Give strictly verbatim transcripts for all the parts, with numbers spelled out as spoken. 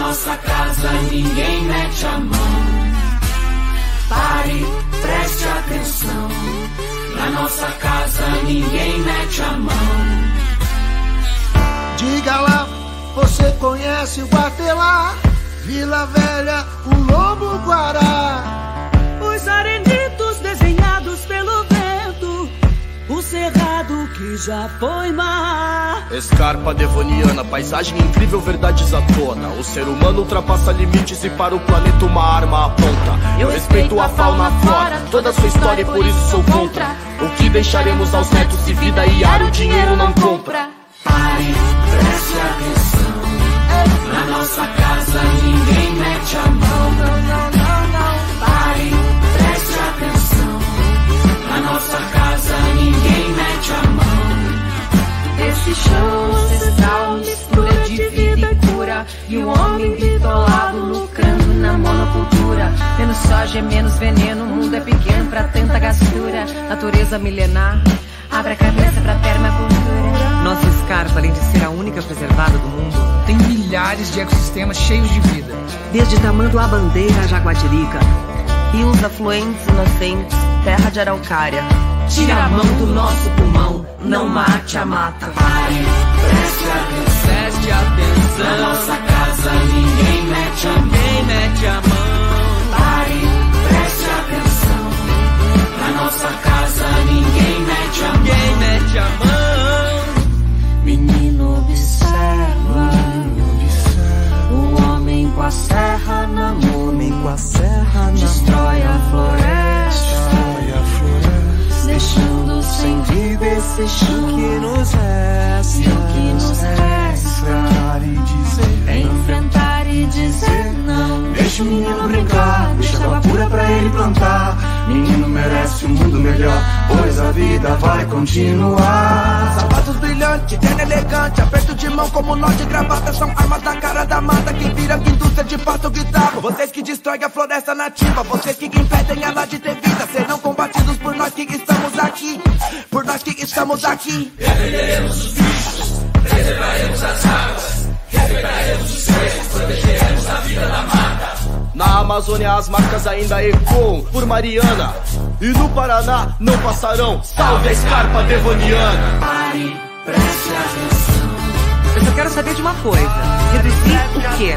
nossa casa ninguém mete a mão. Pare, preste atenção. Na nossa casa ninguém mete a mão. Diga lá, você conhece o Guatelá, Vila Velha, o Lobo Guará, os arenitos desenhados pelo vento, o cerrado que já foi mar. Escarpa devoniana, paisagem incrível, verdades à tona. O ser humano ultrapassa limites e para o planeta uma arma aponta. Eu respeito a fauna, a flora, toda a sua história e por isso sou contra o que deixaremos aos netos se vida e ar o dinheiro não compra. Pare, preste atenção. Na nossa casa ninguém mete a mão. Pare, preste atenção. Na nossa casa ninguém mete a mão. Esse chão ancestral, mistura de vida e cura, e o homem bitolado lucrando na monocultura. Menos soja, menos veneno, o mundo é pequeno pra tanta gastura. Natureza milenar, abre a cabeça pra permacultura. Nossa escarpa, além de ser a única preservada do mundo, tem milhares de ecossistemas cheios de vida. Desde Tamanduá Bandeira a Jaguatirica, rios afluentes inocentes, terra de araucária. Tira a mão do nosso pulmão, não mate a mata. Pare, preste atenção. Preste atenção. Na nossa casa ninguém mete a mão. Ninguém mete a mão. Pare, preste atenção. Na nossa casa ninguém mete a mão. Ninguém mete a mão. Menino observa, o homem com a serra na mão, homem com a serra na destrói a floresta, destrói a floresta, deixando sem vida esse chão que nos resta, e o que nos resta e dizer, é enfrentar e dizer não. Deixa o menino brincar, deixa água pura pra ele plantar. Menino merece um mundo melhor, pois a vida vai continuar. Sapatos brilhantes, terno elegante, aperto de mão como nó de gravata, são armas da cara da mata que vira indústria de pato guitarra. Vocês que destroem a floresta nativa, vocês que impedem ela de ter vida, serão combatidos por nós que estamos aqui, por nós que estamos aqui. Defenderemos os bichos, preservaremos as águas, respeitaremos os seres, protegeremos a vida da mata. Na Amazônia as marcas ainda ecoam por Mariana, e no Paraná não passarão. Salve a escarpa devoniana. Pare, preste atenção. Eu só quero saber de uma coisa: reduzir o quê?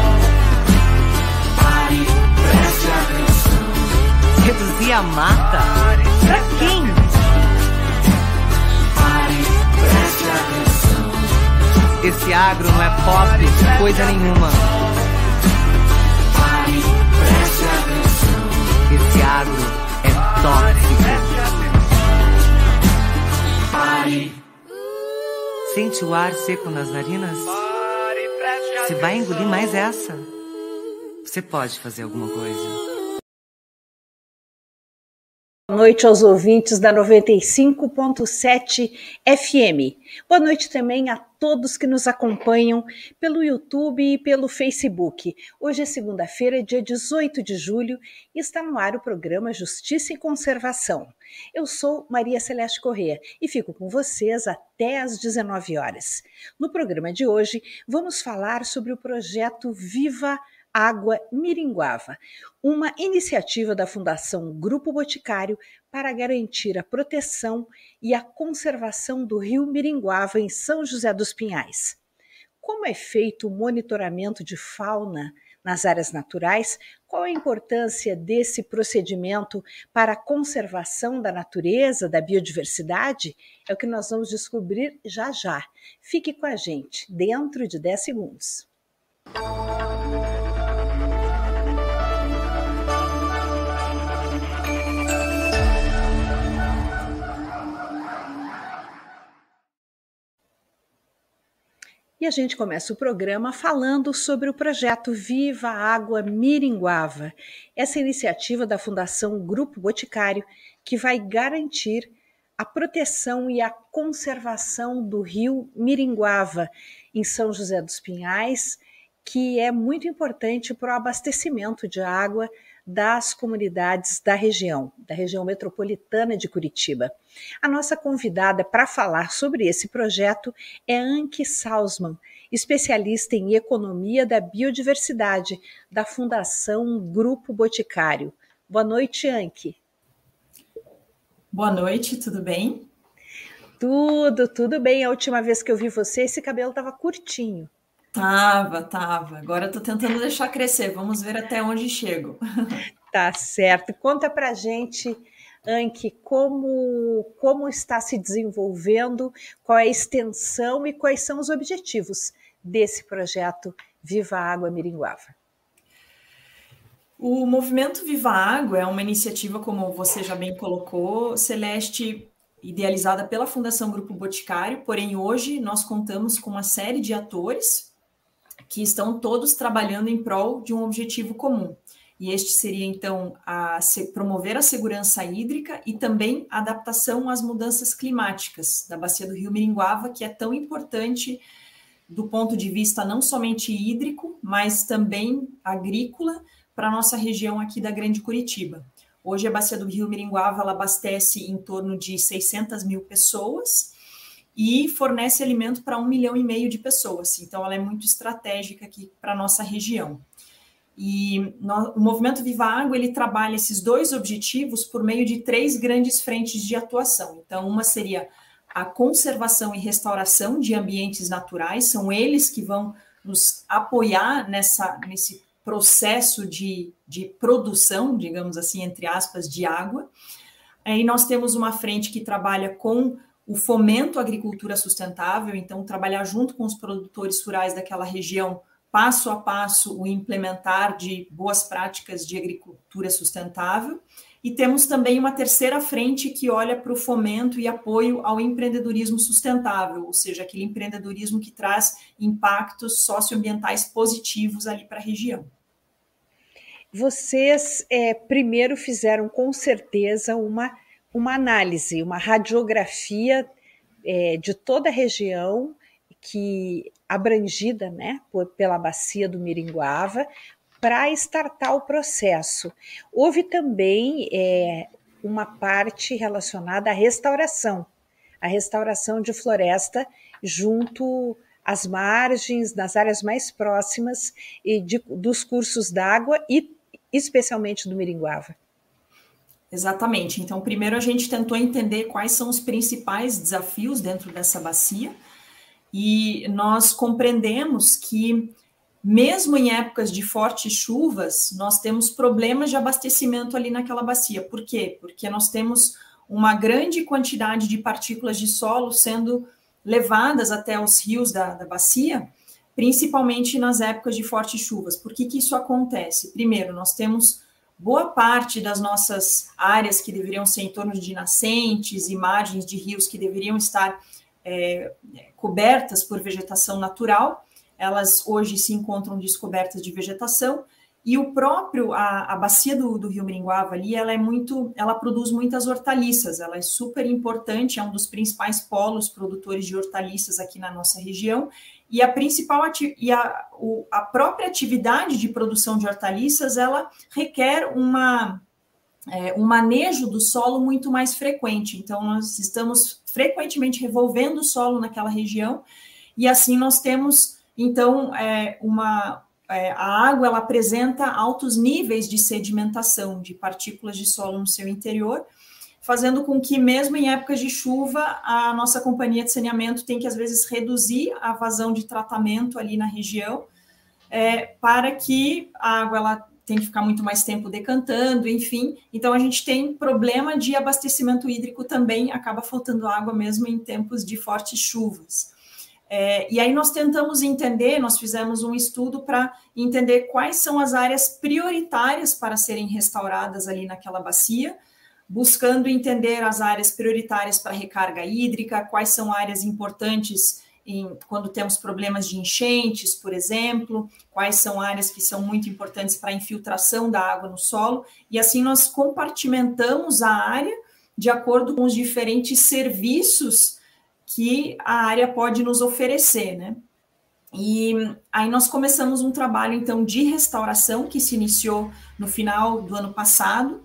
Pare, preste atenção. Reduzir a mata? Pra quem? Pare, preste atenção. Esse agro não é pop, coisa nenhuma. Pare, preste atenção. Esse agro é tóxico. Pare. Sente o ar seco nas narinas? Você vai engolir mais essa? Você pode fazer alguma coisa. Boa noite aos ouvintes da noventa e cinco ponto sete F M. Boa noite também a todos que nos acompanham pelo YouTube e pelo Facebook. Hoje é segunda-feira, dia dezoito de julho, e está no ar o programa Justiça e Conservação. Eu sou Maria Celeste Corrêa e fico com vocês até às dezenove horas. No programa de hoje, vamos falar sobre o projeto Viva Água Miringuava, uma iniciativa da Fundação Grupo Boticário para garantir a proteção e a conservação do rio Miringuava em São José dos Pinhais. Como é feito o monitoramento de fauna nas áreas naturais? Qual a importância desse procedimento para a conservação da natureza, da biodiversidade? É o que nós vamos descobrir já já. Fique com a gente, dentro de dez segundos. E a gente começa o programa falando sobre o projeto Viva Água Miringuava, essa iniciativa da Fundação Grupo Boticário que vai garantir a proteção e a conservação do rio Miringuava em São José dos Pinhais, que é muito importante para o abastecimento de água das comunidades da região, da região metropolitana de Curitiba. A nossa convidada para falar sobre esse projeto é Anke Salzman, especialista em economia da biodiversidade, da Fundação Grupo Boticário. Boa noite, Anki. Boa noite, tudo bem? Tudo, tudo bem. A última vez que eu vi você, esse cabelo estava curtinho. Tava, tava. Agora eu tô tentando deixar crescer. Vamos ver até onde chego. Tá certo. Conta pra gente, Anki, como, como está se desenvolvendo, qual é a extensão e quais são os objetivos desse projeto Viva a Água Miringuava. O movimento Viva a Água é uma iniciativa, como você já bem colocou, Celeste, idealizada pela Fundação Grupo Boticário, porém hoje nós contamos com uma série de atores que estão todos trabalhando em prol de um objetivo comum. E este seria, então, a se, promover a segurança hídrica e também a adaptação às mudanças climáticas da bacia do Rio Miringuava, que é tão importante do ponto de vista não somente hídrico, mas também agrícola para a nossa região aqui da Grande Curitiba. Hoje a bacia do Rio Miringuava ela abastece em torno de seiscentas mil pessoas e fornece alimento para um milhão e meio de pessoas. Então, ela é muito estratégica aqui para a nossa região. E no, o Movimento Viva a Água, ele trabalha esses dois objetivos por meio de três grandes frentes de atuação. Então, uma seria a conservação e restauração de ambientes naturais, são eles que vão nos apoiar nessa, nesse processo de, de produção, digamos assim, entre aspas, de água. Aí nós temos uma frente que trabalha com o fomento à agricultura sustentável, então trabalhar junto com os produtores rurais daquela região, passo a passo, o implementar de boas práticas de agricultura sustentável. E temos também uma terceira frente que olha para o fomento e apoio ao empreendedorismo sustentável, ou seja, aquele empreendedorismo que traz impactos socioambientais positivos ali para a região. Vocês é, primeiro fizeram com certeza uma uma análise, uma radiografia é, de toda a região que abrangida, né, por, pela bacia do Miringuava, para startar o processo. Houve também é, uma parte relacionada à restauração, a restauração de floresta junto às margens, nas áreas mais próximas e de, dos cursos d'água e especialmente do Miringuava. Exatamente. Então, primeiro a gente tentou entender quais são os principais desafios dentro dessa bacia e nós compreendemos que, mesmo em épocas de fortes chuvas, nós temos problemas de abastecimento ali naquela bacia. Por quê? Porque nós temos uma grande quantidade de partículas de solo sendo levadas até os rios da, da bacia, principalmente nas épocas de fortes chuvas. Por que que isso acontece? Primeiro, nós temos boa parte das nossas áreas que deveriam ser em torno de nascentes e margens de rios que deveriam estar é, cobertas por vegetação natural, elas hoje se encontram descobertas de vegetação, e o próprio, a, a bacia do, do Rio Miringuava ali, ela é muito, ela produz muitas hortaliças, ela é super importante, é um dos principais polos produtores de hortaliças aqui na nossa região, e a principal e a, o, a própria atividade de produção de hortaliças, ela requer uma, é, um manejo do solo muito mais frequente. Então, nós estamos frequentemente revolvendo o solo naquela região, e assim nós temos, então, é, uma, é, a água ela apresenta altos níveis de sedimentação de partículas de solo no seu interior, fazendo com que, mesmo em épocas de chuva, a nossa companhia de saneamento tem que, às vezes, reduzir a vazão de tratamento ali na região, é, para que a água ela tem que ficar muito mais tempo decantando, enfim. Então, a gente tem problema de abastecimento hídrico também, acaba faltando água mesmo em tempos de fortes chuvas. É, e aí nós tentamos entender, nós fizemos um estudo para entender quais são as áreas prioritárias para serem restauradas ali naquela bacia, buscando entender as áreas prioritárias para recarga hídrica, quais são áreas importantes em, quando temos problemas de enchentes, por exemplo, quais são áreas que são muito importantes para a infiltração da água no solo, e assim nós compartimentamos a área de acordo com os diferentes serviços que a área pode nos oferecer, né? E aí nós começamos um trabalho, então, de restauração que se iniciou no final do ano passado,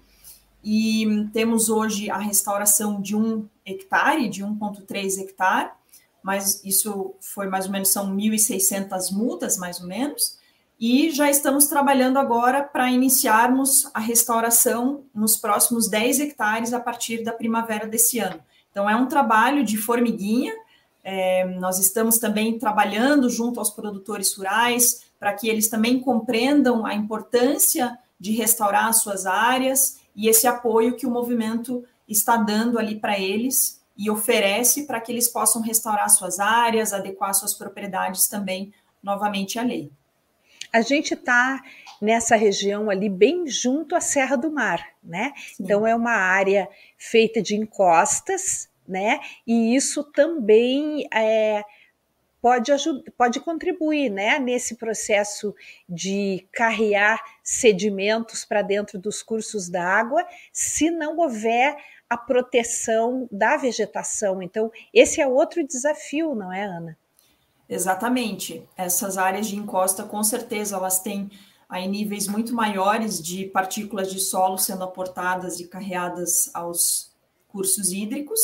e temos hoje a restauração de um hectare, de um vírgula três hectare, mas isso foi mais ou menos, são mil e seiscentas mudas, mais ou menos, e já estamos trabalhando agora para iniciarmos a restauração nos próximos dez hectares a partir da primavera desse ano. Então, é um trabalho de formiguinha. É, nós estamos também trabalhando junto aos produtores rurais para que eles também compreendam a importância de restaurar as suas áreas e esse apoio que o movimento está dando ali para eles e oferece para que eles possam restaurar suas áreas, adequar suas propriedades também novamente à lei. A gente está nessa região ali bem junto à Serra do Mar, né? Sim. Então é uma área feita de encostas, né? E isso também é, pode, ajudar, pode contribuir, né? Nesse processo de carrear sedimentos para dentro dos cursos d'água, se não houver a proteção da vegetação. Então, esse é outro desafio, não é, Ana? Exatamente. Essas áreas de encosta, com certeza, elas têm aí níveis muito maiores de partículas de solo sendo aportadas e carreadas aos cursos hídricos,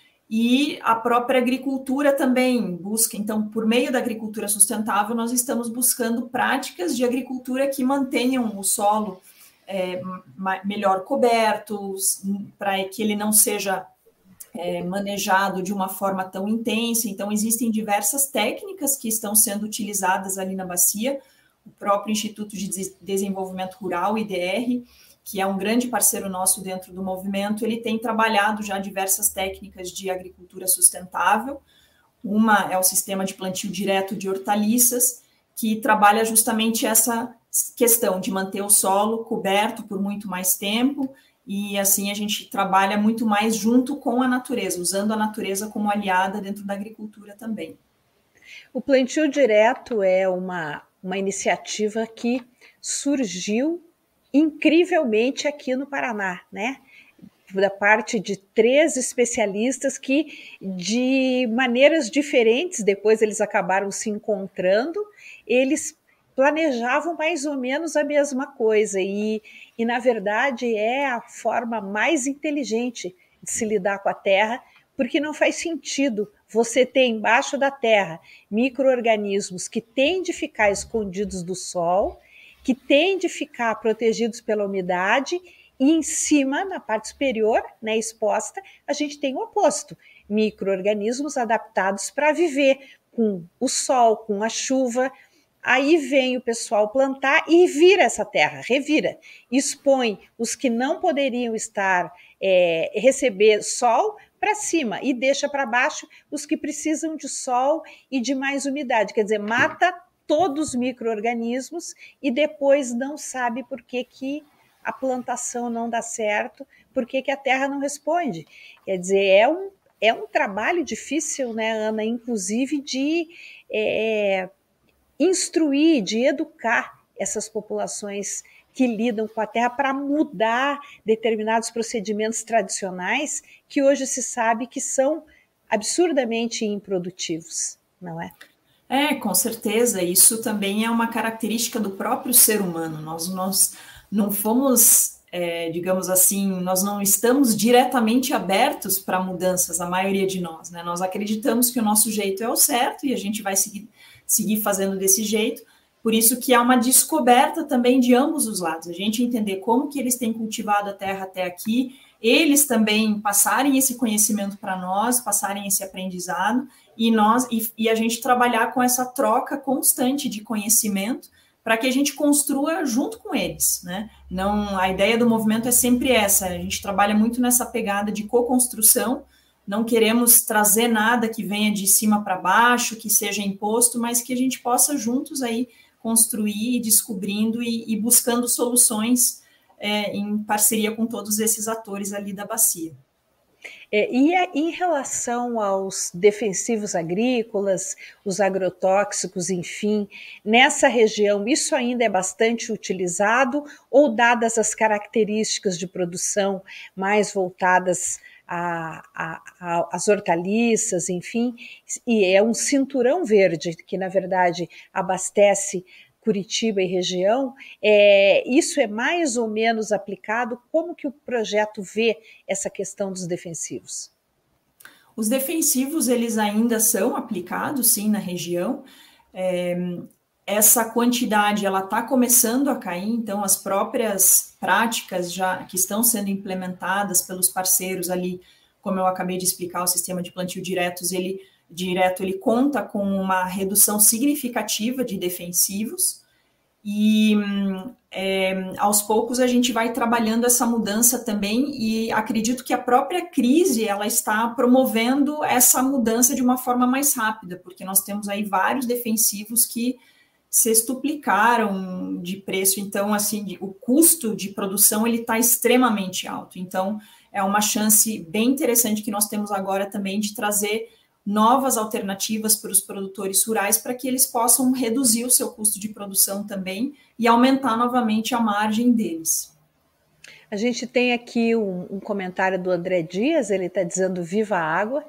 e a própria agricultura também busca. Então, por meio da agricultura sustentável, nós estamos buscando práticas de agricultura que mantenham o solo é, melhor coberto, para que ele não seja É, manejado de uma forma tão intensa. Então, existem diversas técnicas que estão sendo utilizadas ali na bacia. O próprio Instituto de Desenvolvimento Rural, I D R, que é um grande parceiro nosso dentro do movimento, ele tem trabalhado já diversas técnicas de agricultura sustentável. Uma é o sistema de plantio direto de hortaliças, que trabalha justamente essa questão de manter o solo coberto por muito mais tempo, e assim a gente trabalha muito mais junto com a natureza, usando a natureza como aliada dentro da agricultura também. O plantio direto é uma, uma iniciativa que surgiu incrivelmente aqui no Paraná, né? Da parte de três especialistas que, de maneiras diferentes, depois eles acabaram se encontrando, eles planejavam mais ou menos a mesma coisa, e, e na verdade é a forma mais inteligente de se lidar com a terra, porque não faz sentido você ter embaixo da terra micro-organismos que têm de ficar escondidos do sol, que têm de ficar protegidos pela umidade, e em cima, na parte superior, né, exposta, a gente tem o oposto, micro-organismos adaptados para viver com o sol, com a chuva. Aí vem o pessoal plantar e vira essa terra, revira, expõe os que não poderiam estar, é, receber sol para cima e deixa para baixo os que precisam de sol e de mais umidade, quer dizer, mata todos os micro-organismos e depois não sabe por que, que a plantação não dá certo, por que, que a terra não responde. Quer dizer, é um, é um trabalho difícil, né, Ana, inclusive de É, instruir, de educar essas populações que lidam com a terra para mudar determinados procedimentos tradicionais que hoje se sabe que são absurdamente improdutivos, não é? É, com certeza, isso também é uma característica do próprio ser humano. Nós, nós não fomos, é, digamos assim, nós não estamos diretamente abertos para mudanças, a maioria de nós, né? Nós acreditamos que o nosso jeito é o certo e a gente vai seguir seguir fazendo desse jeito, por isso que há uma descoberta também de ambos os lados, a gente entender como que eles têm cultivado a terra até aqui, eles também passarem esse conhecimento para nós, passarem esse aprendizado, e, nós, e, e a gente trabalhar com essa troca constante de conhecimento, para que a gente construa junto com eles, né? Não, a ideia do movimento é sempre essa, a gente trabalha muito nessa pegada de co-construção, não queremos trazer nada que venha de cima para baixo, que seja imposto, mas que a gente possa juntos aí construir, descobrindo e, e buscando soluções é, em parceria com todos esses atores ali da bacia. É, e a, em relação aos defensivos agrícolas, os agrotóxicos, enfim, nessa região isso ainda é bastante utilizado, ou dadas as características de produção mais voltadas A, a, a, as hortaliças, enfim, e é um cinturão verde que, na verdade, abastece Curitiba e região, é, isso é mais ou menos aplicado? Como que o projeto vê essa questão dos defensivos? Os defensivos, eles ainda são aplicados, sim, na região. É, essa quantidade, ela está começando a cair, então as próprias práticas já que estão sendo implementadas pelos parceiros ali, como eu acabei de explicar, o sistema de plantio diretos, ele, direto, ele conta com uma redução significativa de defensivos, e é, aos poucos a gente vai trabalhando essa mudança também, e acredito que a própria crise, ela está promovendo essa mudança de uma forma mais rápida, porque nós temos aí vários defensivos que sextuplicaram de preço, então, assim, o custo de produção, ele está extremamente alto, então, é uma chance bem interessante que nós temos agora também de trazer novas alternativas para os produtores rurais para que eles possam reduzir o seu custo de produção também e aumentar novamente a margem deles. A gente tem aqui um, um comentário do André Dias, ele está dizendo viva a água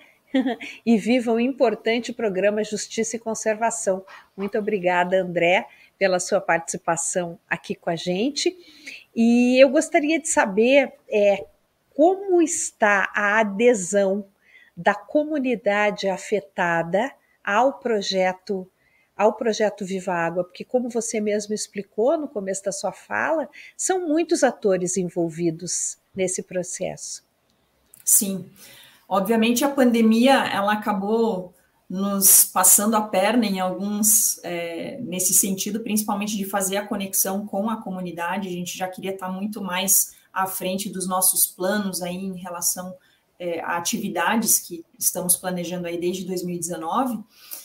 e viva o importante programa Justiça e Conservação. Muito obrigada, André, pela sua participação aqui com a gente. E eu gostaria de saber é, como está a adesão da comunidade afetada ao projeto, ao projeto Viva Água, porque como você mesmo explicou no começo da sua fala, são muitos atores envolvidos nesse processo. Sim, obviamente a pandemia, ela acabou nos passando a perna em alguns, é, nesse sentido, principalmente de fazer a conexão com a comunidade. A gente já queria estar muito mais à frente dos nossos planos aí em relação É, atividades que estamos planejando aí desde dois mil e dezenove,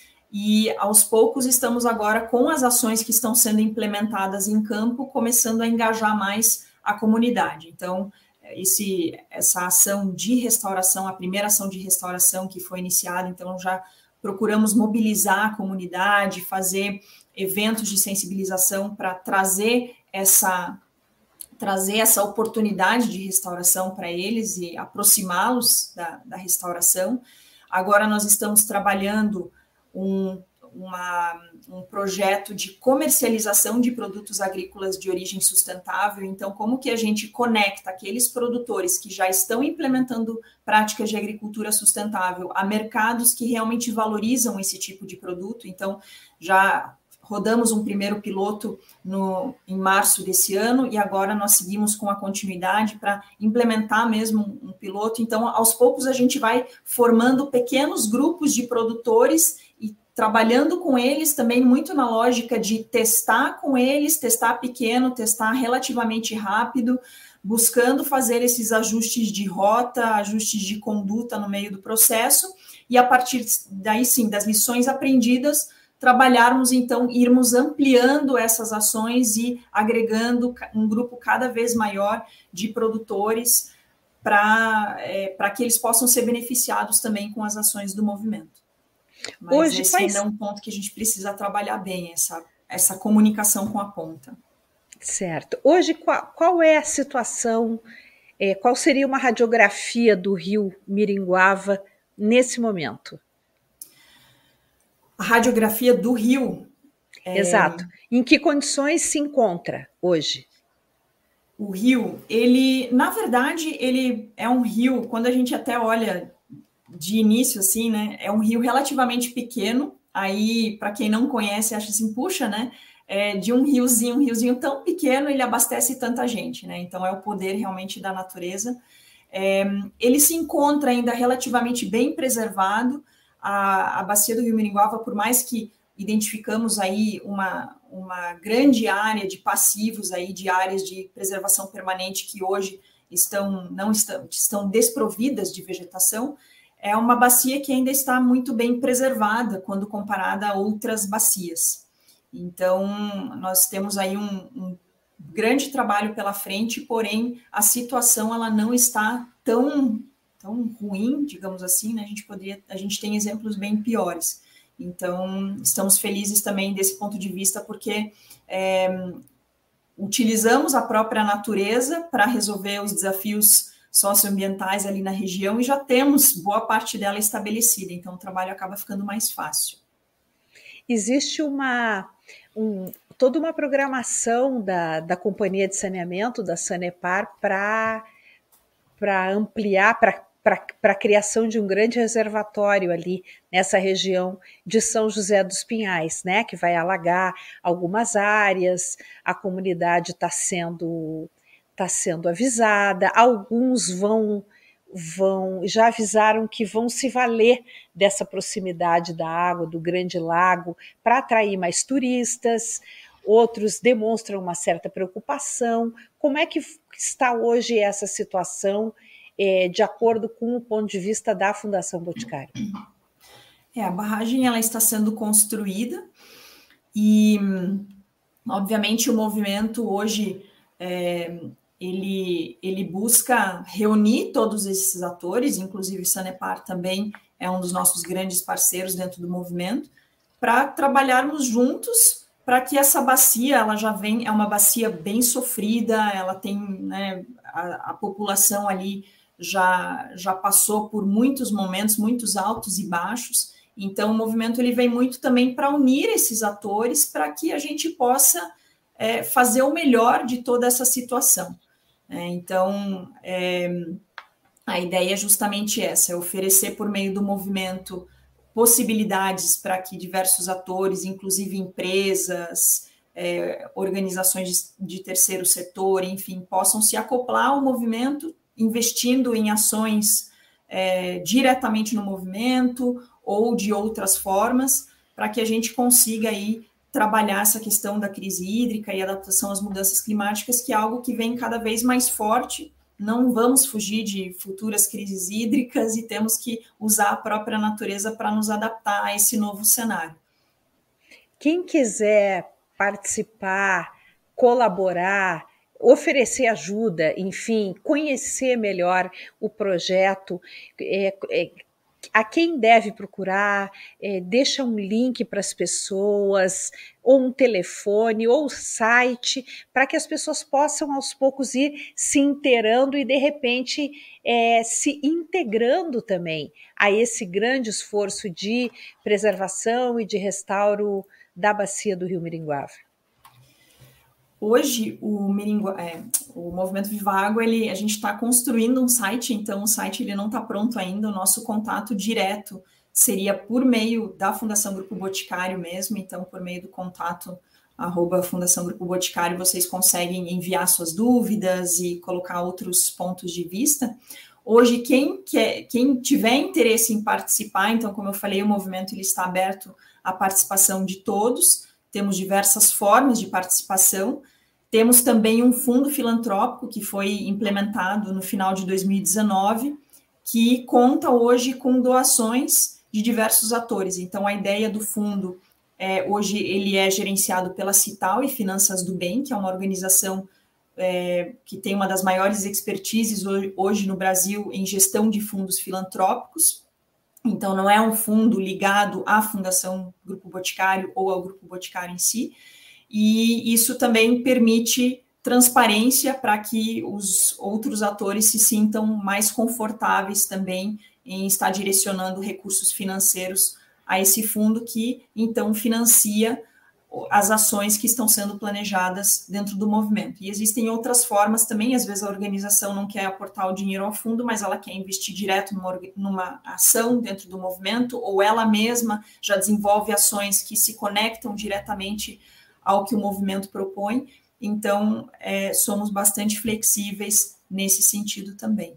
e aos poucos estamos agora com as ações que estão sendo implementadas em campo, começando a engajar mais a comunidade. Então, esse, essa ação de restauração, a primeira ação de restauração que foi iniciada, então já procuramos mobilizar a comunidade, fazer eventos de sensibilização para trazer essa trazer essa oportunidade de restauração para eles e aproximá-los da, da restauração. Agora nós estamos trabalhando um, uma, um projeto de comercialização de produtos agrícolas de origem sustentável. Então, como que a gente conecta aqueles produtores que já estão implementando práticas de agricultura sustentável a mercados que realmente valorizam esse tipo de produto? Então, já rodamos um primeiro piloto no, em março desse ano, e agora nós seguimos com a continuidade para implementar mesmo um piloto. Então, aos poucos, a gente vai formando pequenos grupos de produtores e trabalhando com eles também muito na lógica de testar com eles, testar pequeno, testar relativamente rápido, buscando fazer esses ajustes de rota, ajustes de conduta no meio do processo, e a partir daí, sim, das lições aprendidas, trabalharmos, então, irmos ampliando essas ações e agregando um grupo cada vez maior de produtores para é, para que eles possam ser beneficiados também com as ações do movimento. Mas Hoje esse faz... ainda é um ponto que a gente precisa trabalhar bem, essa, essa comunicação com a ponta. Certo. Hoje, qual, qual é a situação, é, qual seria uma radiografia do rio Miringuava nesse momento? A radiografia do rio. Exato. É... Em que condições se encontra hoje? O rio, ele, na verdade, ele é um rio, quando a gente até olha de início, assim, né, é um rio relativamente pequeno. Aí, para quem não conhece, acha assim, puxa, né, é, de um riozinho, um riozinho tão pequeno, ele abastece tanta gente, né, então é o poder realmente da natureza. É, ele se encontra ainda relativamente bem preservado. A, a bacia do rio Miringuava, por mais que identificamos aí uma, uma grande área de passivos, aí, de áreas de preservação permanente que hoje estão, não estão, estão desprovidas de vegetação, é uma bacia que ainda está muito bem preservada quando comparada a outras bacias. Então, nós temos aí um, um grande trabalho pela frente, porém, a situação ela não está tão... tão ruim, digamos assim, né? A gente poderia, a gente tem exemplos bem piores. Então, estamos felizes também desse ponto de vista, porque é, utilizamos a própria natureza para resolver os desafios socioambientais ali na região e já temos boa parte dela estabelecida, então o trabalho acaba ficando mais fácil. Existe uma, um, toda uma programação da, da Companhia de Saneamento, da Sanepar, para para ampliar, para para a criação de um grande reservatório ali nessa região de São José dos Pinhais, né, que vai alagar algumas áreas. A comunidade está sendo, tá sendo avisada, alguns vão, vão já avisaram que vão se valer dessa proximidade da água, do Grande Lago, para atrair mais turistas. Outros demonstram uma certa preocupação. Como é que está hoje essa situação, é, de acordo com o ponto de vista da Fundação Boticário? É, a barragem ela está sendo construída e, obviamente, o movimento hoje é, ele, ele busca reunir todos esses atores, inclusive o Sanepar também é um dos nossos grandes parceiros dentro do movimento, para trabalharmos juntos para que essa bacia, ela já vem, é uma bacia bem sofrida, ela tem, né, a, a população ali já, já passou por muitos momentos, muitos altos e baixos, então o movimento ele vem muito também para unir esses atores para que a gente possa é, fazer o melhor de toda essa situação. É, então, é, a ideia é justamente essa, é oferecer por meio do movimento possibilidades para que diversos atores, inclusive empresas, é, organizações de, de terceiro setor, enfim, possam se acoplar ao movimento, investindo em ações é, diretamente no movimento ou de outras formas, para que a gente consiga aí trabalhar essa questão da crise hídrica e adaptação às mudanças climáticas, que é algo que vem cada vez mais forte. Não vamos fugir de futuras crises hídricas e temos que usar a própria natureza para nos adaptar a esse novo cenário. Quem quiser participar, colaborar, oferecer ajuda, enfim, conhecer melhor o projeto, é, é, a quem deve procurar, é, deixa um link para as pessoas, ou um telefone, ou site, para que as pessoas possam aos poucos ir se inteirando e de repente é, se integrando também a esse grande esforço de preservação e de restauro da bacia do Rio Miringuava. Hoje, o, Miringu... é, o Movimento Viva Água, ele, a gente está construindo um site, então o site ele não está pronto ainda, o nosso contato direto seria por meio da Fundação Grupo Boticário mesmo, então por meio do contato arroba Fundação Grupo Boticário, vocês conseguem enviar suas dúvidas e colocar outros pontos de vista. Hoje, quem, quer, quem tiver interesse em participar, então, como eu falei, o movimento ele está aberto à participação de todos, temos diversas formas de participação. Temos também um fundo filantrópico que foi implementado no final de dois mil e dezenove, que conta hoje com doações de diversos atores. Então, a ideia do fundo, é, hoje, ele é gerenciado pela Cital e Finanças do Bem, que é uma organização é, que tem uma das maiores expertises hoje, hoje no Brasil em gestão de fundos filantrópicos. Então, não é um fundo ligado à Fundação Grupo Boticário ou ao Grupo Boticário em si, e isso também permite transparência para que os outros atores se sintam mais confortáveis também em estar direcionando recursos financeiros a esse fundo que, então, financia as ações que estão sendo planejadas dentro do movimento. E existem outras formas também, às vezes a organização não quer aportar o dinheiro ao fundo, mas ela quer investir direto numa, numa ação dentro do movimento, ou ela mesma já desenvolve ações que se conectam diretamente ao que o movimento propõe. Então, é, somos bastante flexíveis nesse sentido também.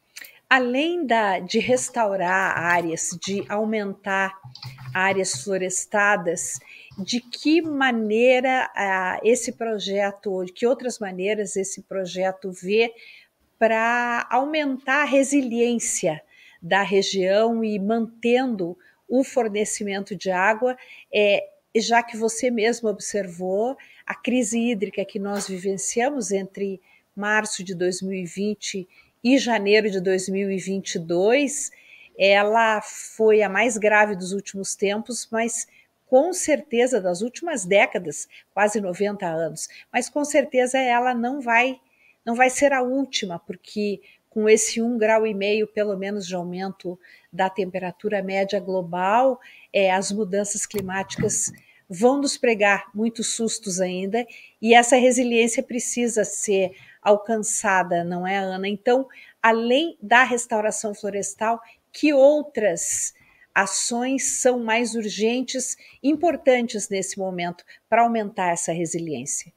Além da, de restaurar áreas, de aumentar áreas florestadas, de que maneira ah, esse projeto, ou de que outras maneiras esse projeto vê para aumentar a resiliência da região e mantendo o fornecimento de água, é, já que você mesmo observou a crise hídrica que nós vivenciamos entre março de dois mil e vinte e janeiro de dois mil e vinte e dois, ela foi a mais grave dos últimos tempos, mas com certeza das últimas décadas, quase noventa anos, mas com certeza ela não vai, não vai ser a última, porque com esse um grau e meio, pelo menos, de aumento da temperatura média global, é, as mudanças climáticas vão nos pregar muitos sustos ainda, e essa resiliência precisa ser alcançada, não é, Ana? Então, além da restauração florestal, que outras ações são mais urgentes, importantes nesse momento, para aumentar essa resiliência?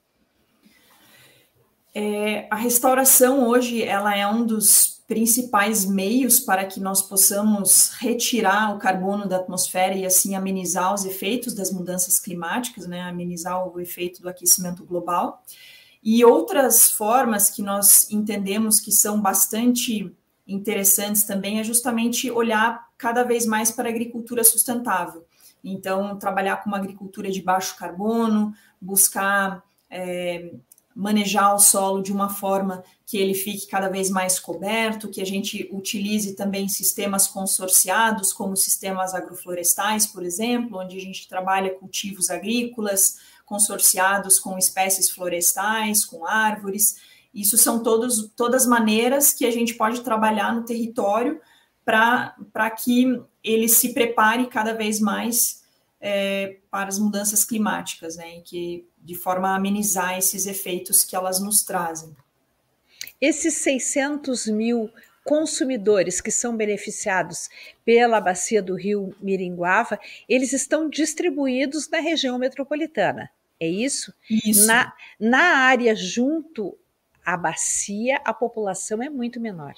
É, a restauração hoje ela é um dos principais meios para que nós possamos retirar o carbono da atmosfera e assim amenizar os efeitos das mudanças climáticas, né, amenizar o efeito do aquecimento global. E outras formas que nós entendemos que são bastante interessantes também é justamente olhar cada vez mais para a agricultura sustentável. Então, trabalhar com uma agricultura de baixo carbono, buscar é, manejar o solo de uma forma que ele fique cada vez mais coberto, que a gente utilize também sistemas consorciados, como sistemas agroflorestais, por exemplo, onde a gente trabalha cultivos agrícolas, consorciados com espécies florestais, com árvores. Isso são todos, todas maneiras que a gente pode trabalhar no território para que ele se prepare cada vez mais é, para as mudanças climáticas, né, e que, de forma a amenizar esses efeitos que elas nos trazem. Esses seiscentos mil consumidores que são beneficiados pela bacia do rio Miringuava, eles estão distribuídos na região metropolitana, é isso? Isso. Na, na área junto à bacia, a população é muito menor.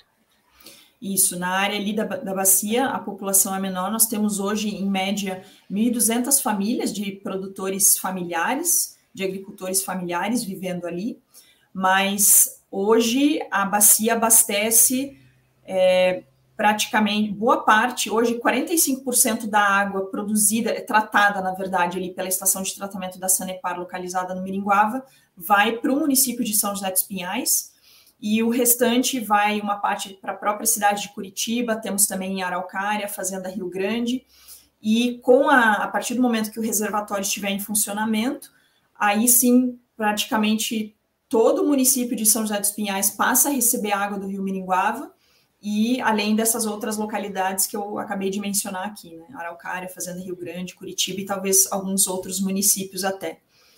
Isso, na área ali da, da bacia, a população é menor. Nós temos hoje, em média, mil e duzentas famílias de produtores familiares, de agricultores familiares vivendo ali, mas hoje a bacia abastece é, praticamente, boa parte, hoje quarenta e cinco por cento da água produzida, tratada, na verdade, ali pela estação de tratamento da Sanepar, localizada no Miringuava, vai para o município de São José dos Pinhais, e o restante vai uma parte para a própria cidade de Curitiba, temos também em Araucária, Fazenda Rio Grande, e com a, a partir do momento que o reservatório estiver em funcionamento, aí sim, praticamente todo o município de São José dos Pinhais passa a receber água do rio Miringuava, e além dessas outras localidades que eu acabei de mencionar aqui, né? Araucária, Fazenda Rio Grande, Curitiba e talvez alguns outros municípios até.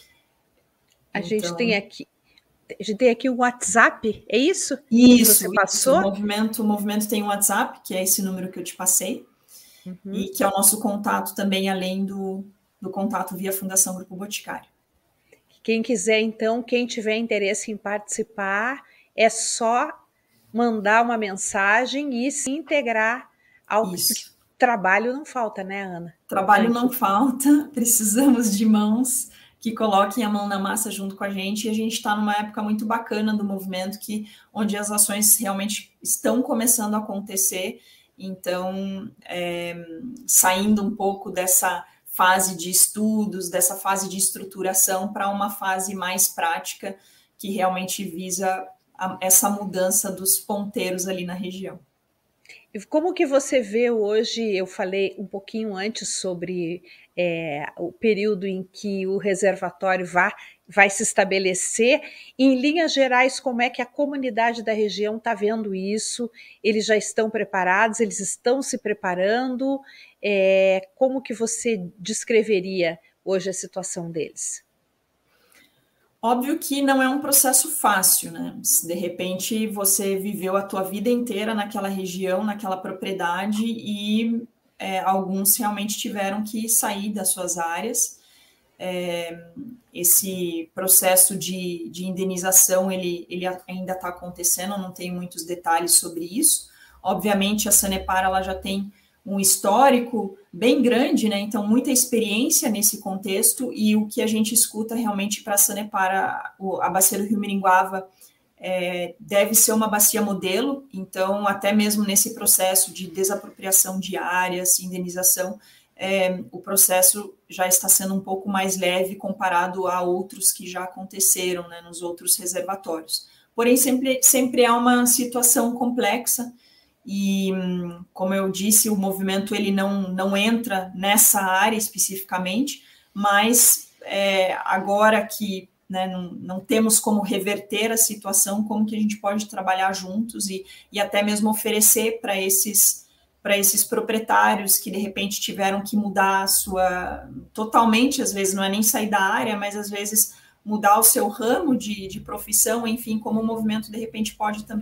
A então, gente tem aqui A gente tem aqui o WhatsApp, é isso? Isso, você passou? Isso. O, movimento, o movimento tem um WhatsApp, que é esse número que eu te passei, uhum. e que é o nosso contato também, além do, do contato via Fundação Grupo Boticário. Quem quiser, então, quem tiver interesse em participar, é só mandar uma mensagem e se integrar ao Isso. Trabalho não falta, né, Ana? Trabalho não falta, precisamos de mãos que coloquem a mão na massa junto com a gente, e a gente está numa época muito bacana do movimento, que, onde as ações realmente estão começando a acontecer, então, é, saindo um pouco dessa fase de estudos, dessa fase de estruturação, para uma fase mais prática, que realmente visa a, essa mudança dos ponteiros ali na região. Como que você vê hoje, eu falei um pouquinho antes sobre é, o período em que o reservatório vai, vai se estabelecer, em linhas gerais, como é que a comunidade da região está vendo isso? Eles já estão preparados, eles estão se preparando, é, como que você descreveria hoje a situação deles? Óbvio que não é um processo fácil, né? De repente você viveu a tua vida inteira naquela região, naquela propriedade, e é, alguns realmente tiveram que sair das suas áreas. É, esse processo de, de indenização, ele, ele ainda está acontecendo, eu não tenho muitos detalhes sobre isso. Obviamente a Sanepar, ela já tem um histórico bem grande, né? Então muita experiência nesse contexto, e o que a gente escuta realmente para a Sanepar, a, a bacia do rio Miringuava é, deve ser uma bacia modelo, então até mesmo nesse processo de desapropriação de áreas, indenização, é, o processo já está sendo um pouco mais leve comparado a outros que já aconteceram, né, nos outros reservatórios. Porém, sempre, sempre há uma situação complexa, e, como eu disse, o movimento ele não, não entra nessa área especificamente, mas é, agora que, né, não, não temos como reverter a situação, como que a gente pode trabalhar juntos e, e até mesmo oferecer para esses, para esses proprietários que, de repente, tiveram que mudar a sua... totalmente, às vezes, não é nem sair da área, mas, às vezes, mudar o seu ramo de, de profissão, enfim, como o movimento, de repente, pode também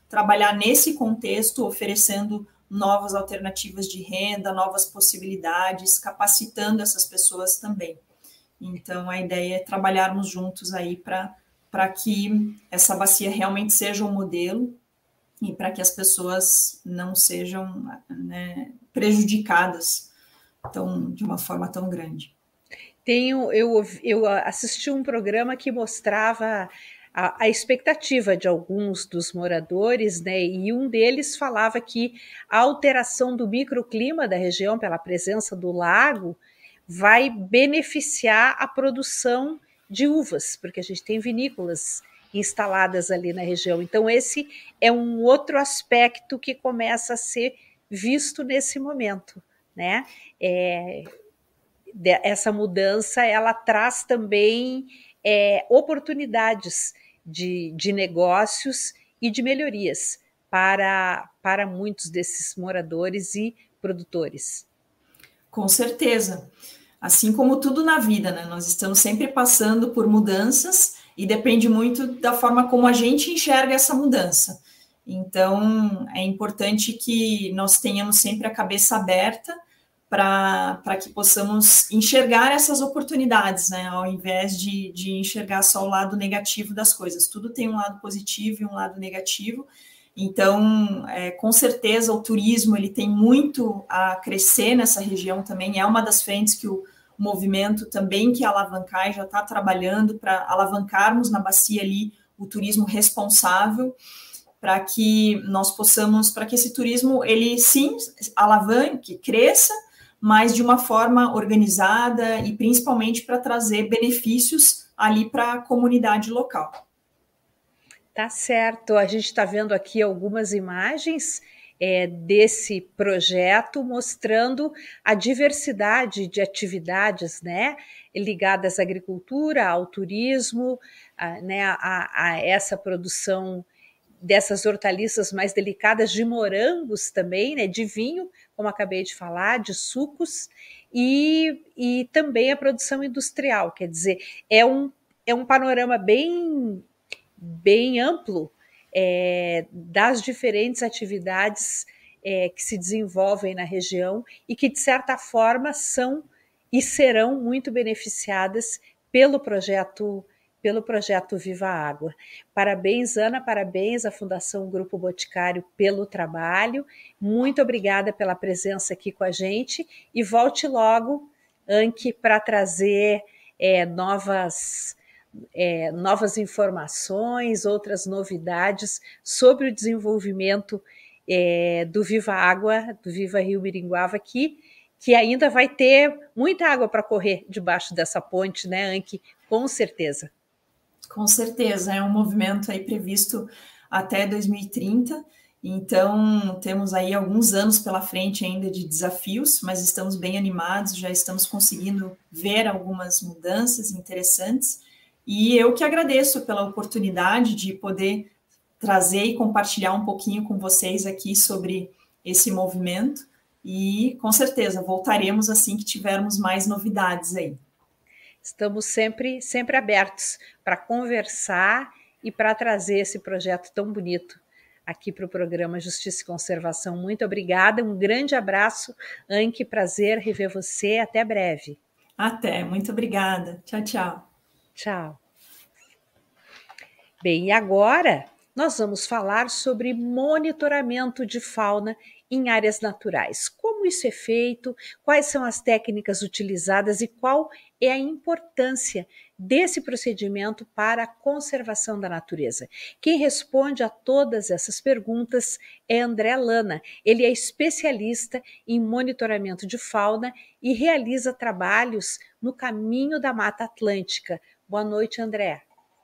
trabalhar nesse contexto, oferecendo novas alternativas de renda, novas possibilidades, capacitando essas pessoas também. Então, a ideia é trabalharmos juntos aí para para que essa bacia realmente seja um modelo e para que as pessoas não sejam, né, prejudicadas tão, de uma forma tão grande. Tenho, eu, eu assisti um programa que mostrava a, a expectativa de alguns dos moradores, né, e um deles falava que a alteração do microclima da região pela presença do lago vai beneficiar a produção de uvas, porque a gente tem vinícolas instaladas ali na região. Então, esse é um outro aspecto que começa a ser visto nesse momento, né? É, essa mudança, ela traz também é, oportunidades de, de negócios e de melhorias para, para muitos desses moradores e produtores. Com certeza. Assim como tudo na vida, né? Nós estamos sempre passando por mudanças e depende muito da forma como a gente enxerga essa mudança. Então, é importante que nós tenhamos sempre a cabeça aberta para que possamos enxergar essas oportunidades, né? Ao invés de, de enxergar só o lado negativo das coisas. Tudo tem um lado positivo e um lado negativo. Então, é, com certeza, o turismo ele tem muito a crescer nessa região também. É uma das frentes que o movimento também quer alavancar e já está trabalhando para alavancarmos na bacia ali o turismo responsável, para que nós possamos, para que esse turismo, ele sim alavanque, cresça, mas de uma forma organizada e principalmente para trazer benefícios ali para a comunidade local. Tá certo, a gente está vendo aqui algumas imagens é, desse projeto mostrando a diversidade de atividades, né, ligadas à agricultura, ao turismo, a, né, a, a essa produção dessas hortaliças mais delicadas, de morangos também, né, de vinho, como acabei de falar, de sucos, e, e também a produção industrial, quer dizer, é um, é um panorama bem, bem amplo é, das diferentes atividades é, que se desenvolvem na região e que, de certa forma, são e serão muito beneficiadas pelo projeto pelo projeto Viva Água. Parabéns, Ana, parabéns à Fundação Grupo Boticário pelo trabalho. Muito obrigada pela presença aqui com a gente e volte logo, Anke, para trazer é, novas, é, novas informações, outras novidades sobre o desenvolvimento é, do Viva Água, do Viva Rio Miringuava aqui, que ainda vai ter muita água para correr debaixo dessa ponte, né, Anke? Com certeza. Com certeza, é um movimento aí previsto até dois mil e trinta, então temos aí alguns anos pela frente ainda de desafios, mas estamos bem animados, já estamos conseguindo ver algumas mudanças interessantes, e eu que agradeço pela oportunidade de poder trazer e compartilhar um pouquinho com vocês aqui sobre esse movimento, e com certeza voltaremos assim que tivermos mais novidades aí. Estamos sempre, sempre abertos para conversar e para trazer esse projeto tão bonito aqui para o programa Justiça e Conservação. Muito obrigada, um grande abraço, Anke, prazer rever você, até breve. Até, muito obrigada. Tchau, tchau. Tchau. Bem, e agora nós vamos falar sobre monitoramento de fauna em áreas naturais. Como isso é feito, quais são as técnicas utilizadas e qual é a importância desse procedimento para a conservação da natureza. Quem responde a todas essas perguntas é André Lana. Ele é especialista em monitoramento de fauna e realiza trabalhos no Caminho da Mata Atlântica. Boa noite, André.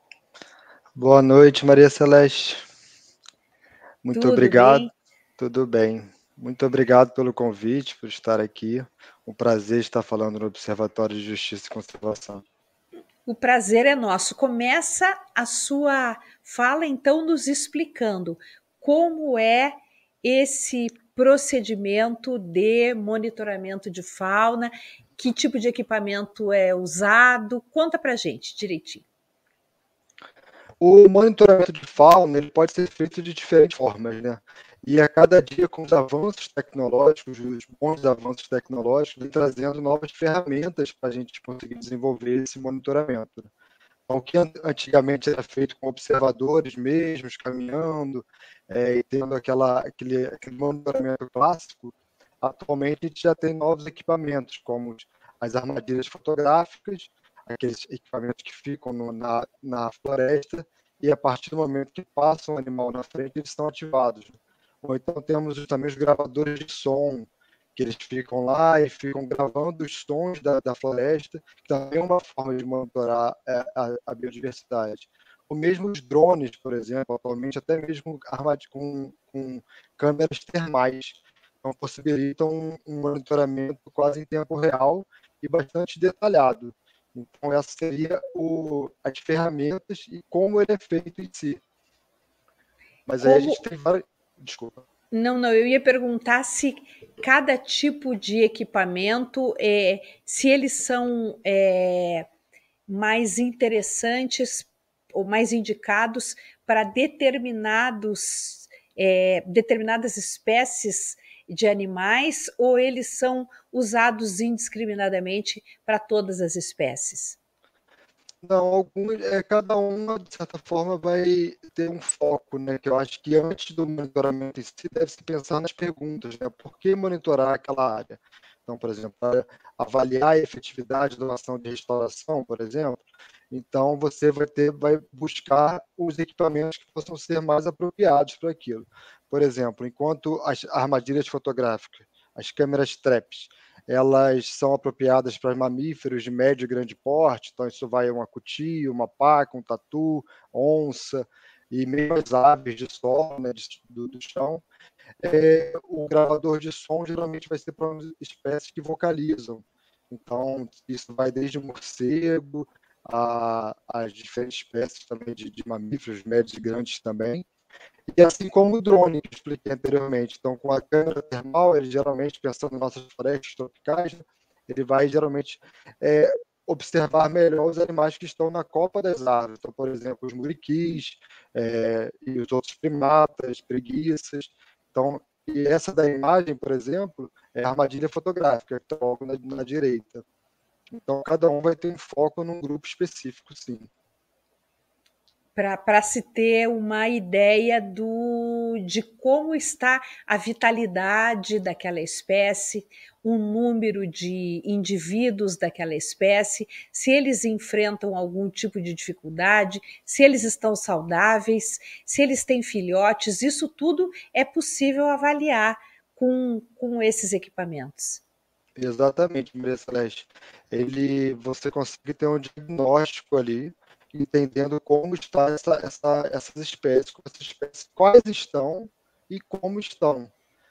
Boa noite, Maria Celeste. Muito Tudo obrigado. bem? Tudo bem. Muito obrigado pelo convite, por estar aqui. Um prazer estar falando no Observatório de Justiça e Conservação. O prazer é nosso. Começa a sua fala, então, nos explicando como é esse procedimento de monitoramento de fauna, que tipo de equipamento é usado. Conta pra gente direitinho. O monitoramento de fauna ele pode ser feito de diferentes formas, né? E a cada dia, com os avanços tecnológicos, os bons avanços tecnológicos, vem trazendo novas ferramentas para a gente conseguir desenvolver esse monitoramento. Então, o que antigamente era feito com observadores mesmos, caminhando, é, e tendo aquela, aquele, aquele monitoramento clássico, atualmente a gente já tem novos equipamentos, como as armadilhas fotográficas, aqueles equipamentos que ficam no, na, na floresta, e a partir do momento que passa um animal na frente, eles estão ativados. Ou então temos também os gravadores de som, que eles ficam lá e ficam gravando os sons da, da floresta, que também é uma forma de monitorar é, a, a biodiversidade. Ou mesmo os drones, por exemplo, atualmente até mesmo armados com, com câmeras termais, então possibilitam um, um monitoramento quase em tempo real e bastante detalhado. Então, essas seriam o, as ferramentas e como ele é feito em si. Mas aí como... a gente tem várias... Desculpa. Não, não, eu ia perguntar se cada tipo de equipamento, é, se eles são é, mais interessantes ou mais indicados para determinados, é, determinadas espécies de animais, ou eles são usados indiscriminadamente para todas as espécies? Não, alguns, é, cada uma, de certa forma, vai ter um foco, né? Que eu acho que antes do monitoramento em si, deve se pensar nas perguntas, né? Por que monitorar aquela área? Então, por exemplo, para avaliar a efetividade da ação de restauração, por exemplo, então você vai ter, vai buscar os equipamentos que possam ser mais apropriados para aquilo. Por exemplo, enquanto as armadilhas fotográficas, as câmeras traps, elas são apropriadas para mamíferos de médio e grande porte, então isso vai uma cutia, uma paca, um tatu, onça, e mesmo as aves de solo, né, de, do, do chão. É, o gravador de som geralmente vai ser para espécies que vocalizam, então isso vai desde morcego a, a diferentes espécies também de, de mamíferos médios e grandes também. E assim como o drone, que eu expliquei anteriormente. Então, com a câmera termal, ele geralmente, pensando em nossas florestas tropicais, ele vai geralmente é, observar melhor os animais que estão na copa das árvores. Então, por exemplo, os muriquis é, e os outros primatas, preguiças. Então, e essa da imagem, por exemplo, é a armadilha fotográfica, que está logo na, na direita. Então, cada um vai ter um foco num grupo específico, sim. Para se ter uma ideia do, de como está a vitalidade daquela espécie, o número de indivíduos daquela espécie, se eles enfrentam algum tipo de dificuldade, se eles estão saudáveis, se eles têm filhotes, isso tudo é possível avaliar com, com esses equipamentos. Exatamente, Maria Celeste. Ele, você consegue ter um diagnóstico ali, entendendo como está essa, essa, essas espécies, essas espécies, quais estão e como estão.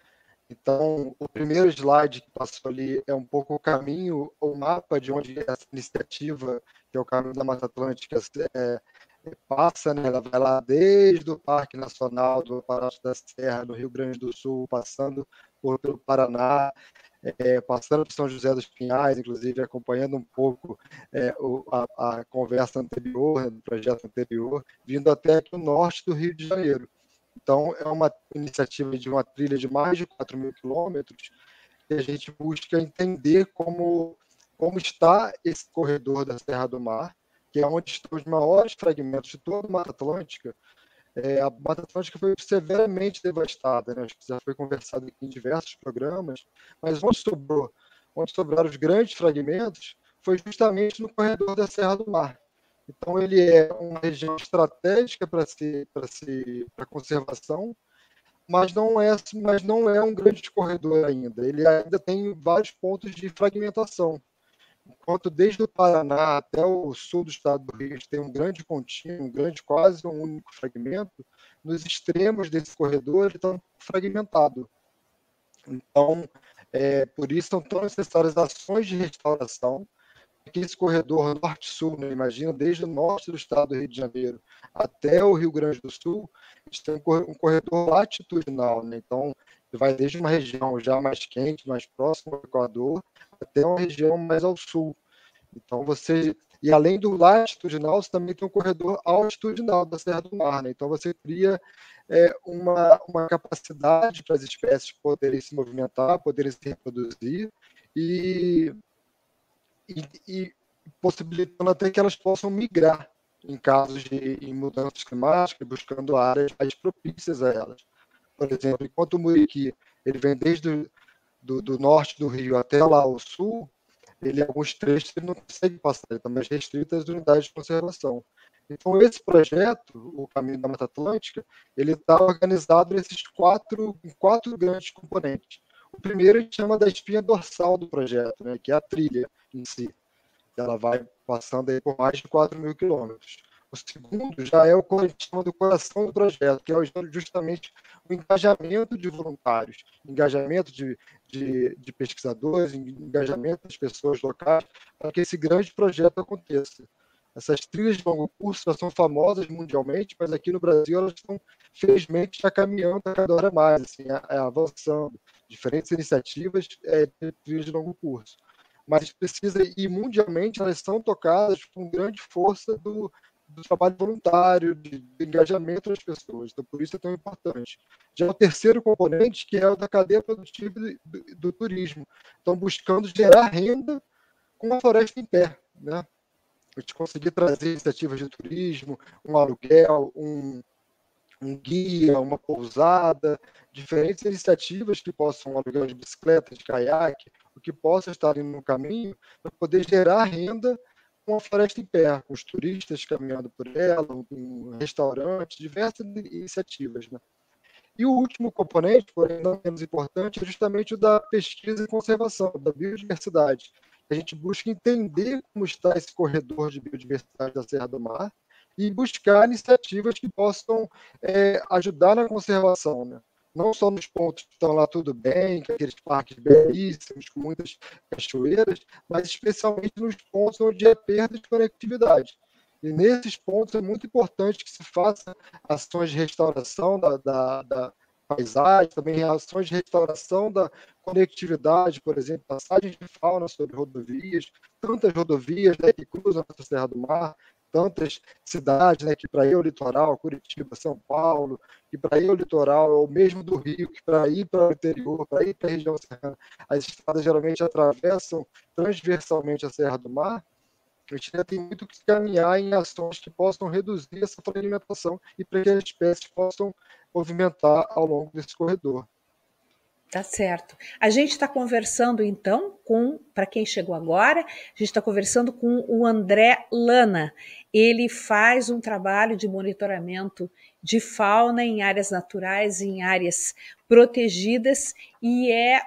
Então, o primeiro slide que passou ali é um pouco o caminho, o mapa de onde essa iniciativa, que é o Caminho da Mata Atlântica, é, passa, né? Ela vai lá desde o Parque Nacional do Paraná da Serra, no Rio Grande do Sul, passando por, pelo Paraná, É, passando por São José dos Pinhais, inclusive acompanhando um pouco é, o, a, a conversa anterior, né, do projeto anterior, vindo até aqui o norte do Rio de Janeiro. Então, é uma iniciativa de uma trilha de mais de quatro mil quilômetros, que a gente busca entender como, como está esse corredor da Serra do Mar, que é onde estão os maiores fragmentos de toda a Mata Atlântica. É, a Mata Atlântica foi severamente devastada, né? Acho que já foi conversado aqui em diversos programas, mas onde sobrou, onde sobraram os grandes fragmentos foi justamente no corredor da Serra do Mar. Então ele é uma região estratégica para se, para se, para conservação, mas não é, mas não é um grande corredor ainda. Ele ainda tem vários pontos de fragmentação. Enquanto desde o Paraná até o sul do estado do Rio tem um grande contínuo, um grande, quase um único fragmento, nos extremos desse corredor ele está fragmentado. Então, é, por isso são tão necessárias ações de restauração, que esse corredor norte-sul, né, imagina, desde o norte do estado do Rio de Janeiro até o Rio Grande do Sul, a gente tem um corredor latitudinal, né? Então, vai desde uma região já mais quente, mais próxima ao Equador, até uma região mais ao sul. Então, você E além do latitudinal, você também tem um corredor altitudinal da Serra do Mar, né? Então você cria é, uma, uma capacidade para as espécies poderem se movimentar, poderem se reproduzir e, e, e possibilitando até que elas possam migrar em casos de em mudanças climáticas, buscando áreas mais propícias a elas. Por exemplo, enquanto o muriqui ele vem desde o, do, do norte do Rio até lá ao sul, ele, em alguns trechos, ele não consegue passar, ele está mais restrito às unidades de conservação. Então, esse projeto, o Caminho da Mata Atlântica, ele está organizado nesses quatro, em quatro grandes componentes. O primeiro a gente chama da espinha dorsal do projeto, né, que é a trilha em si. Ela vai passando aí por mais de quatro mil quilômetros. O segundo já é o que a gente chama do coração do projeto, que é justamente o engajamento de voluntários, engajamento de, de, de pesquisadores, engajamento das pessoas locais, para que esse grande projeto aconteça. Essas trilhas de longo curso já são famosas mundialmente, mas aqui no Brasil elas estão, felizmente, já caminhando a cada hora mais, assim, avançando. Diferentes iniciativas é, de trilhas de longo curso. Mas precisa, e mundialmente elas são tocadas com grande força do, do trabalho voluntário, de, de engajamento das pessoas. Então, por isso é tão importante. Já o terceiro componente, que é o da cadeia produtiva do, do, do turismo. Estão buscando gerar renda com a floresta em pé, né? A gente conseguir trazer iniciativas de turismo, um aluguel, um, um guia, uma pousada, diferentes iniciativas que possam, um aluguel de bicicleta, de caiaque, o que possa estar indo no caminho para poder gerar renda com a floresta em pé, com os turistas caminhando por ela, um restaurante, diversas iniciativas, né? E o último componente, porém não menos importante, é justamente o da pesquisa e conservação, da biodiversidade. A gente busca entender como está esse corredor de biodiversidade da Serra do Mar e buscar iniciativas que possam é, ajudar na conservação, né? Não só nos pontos que estão lá tudo bem, que aqueles parques belíssimos, com muitas cachoeiras, mas especialmente nos pontos onde há perda de conectividade. E nesses pontos é muito importante que se faça ações de restauração da, da, da paisagem, também ações de restauração da conectividade, por exemplo, passagens de fauna sobre rodovias, tantas rodovias, né, que cruzam a Serra do Mar, tantas cidades, né, que para ir ao litoral, Curitiba, São Paulo, que para ir ao litoral, ou mesmo do Rio, que para ir para o interior, para ir para a região serrana, as estradas geralmente atravessam transversalmente a Serra do Mar. A gente ainda tem muito que caminhar em ações que possam reduzir essa fragmentação e para que as espécies possam movimentar ao longo desse corredor. Tá certo. A gente está conversando, então, com, para quem chegou agora, a gente está conversando com o André Lana. Ele faz um trabalho de monitoramento de fauna em áreas naturais, em áreas protegidas, e é,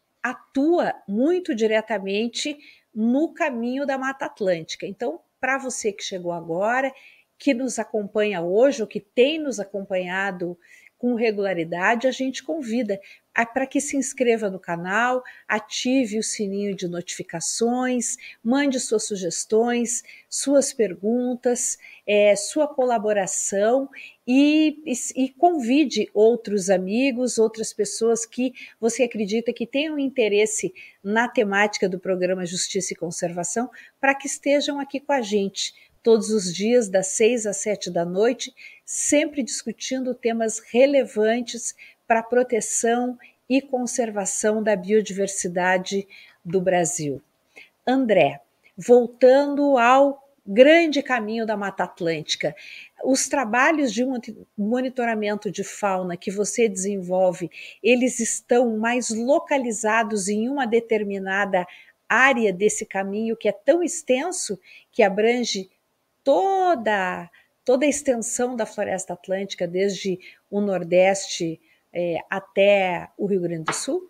atua muito diretamente no caminho da Mata Atlântica. Então, para você que chegou agora, que nos acompanha hoje, ou que tem nos acompanhado com regularidade, a gente convida para que se inscreva no canal, ative o sininho de notificações, mande suas sugestões, suas perguntas, é, sua colaboração e, e, e convide outros amigos, outras pessoas que você acredita que tenham interesse na temática do programa Justiça e Conservação para que estejam aqui com a gente todos os dias, das seis às sete da noite, sempre discutindo temas relevantes para a proteção e conservação da biodiversidade do Brasil. André, voltando ao grande caminho da Mata Atlântica, os trabalhos de monitoramento de fauna que você desenvolve, eles estão mais localizados em uma determinada área desse caminho que é tão extenso, que abrange toda, toda a extensão da Floresta Atlântica, desde o Nordeste é, até o Rio Grande do Sul?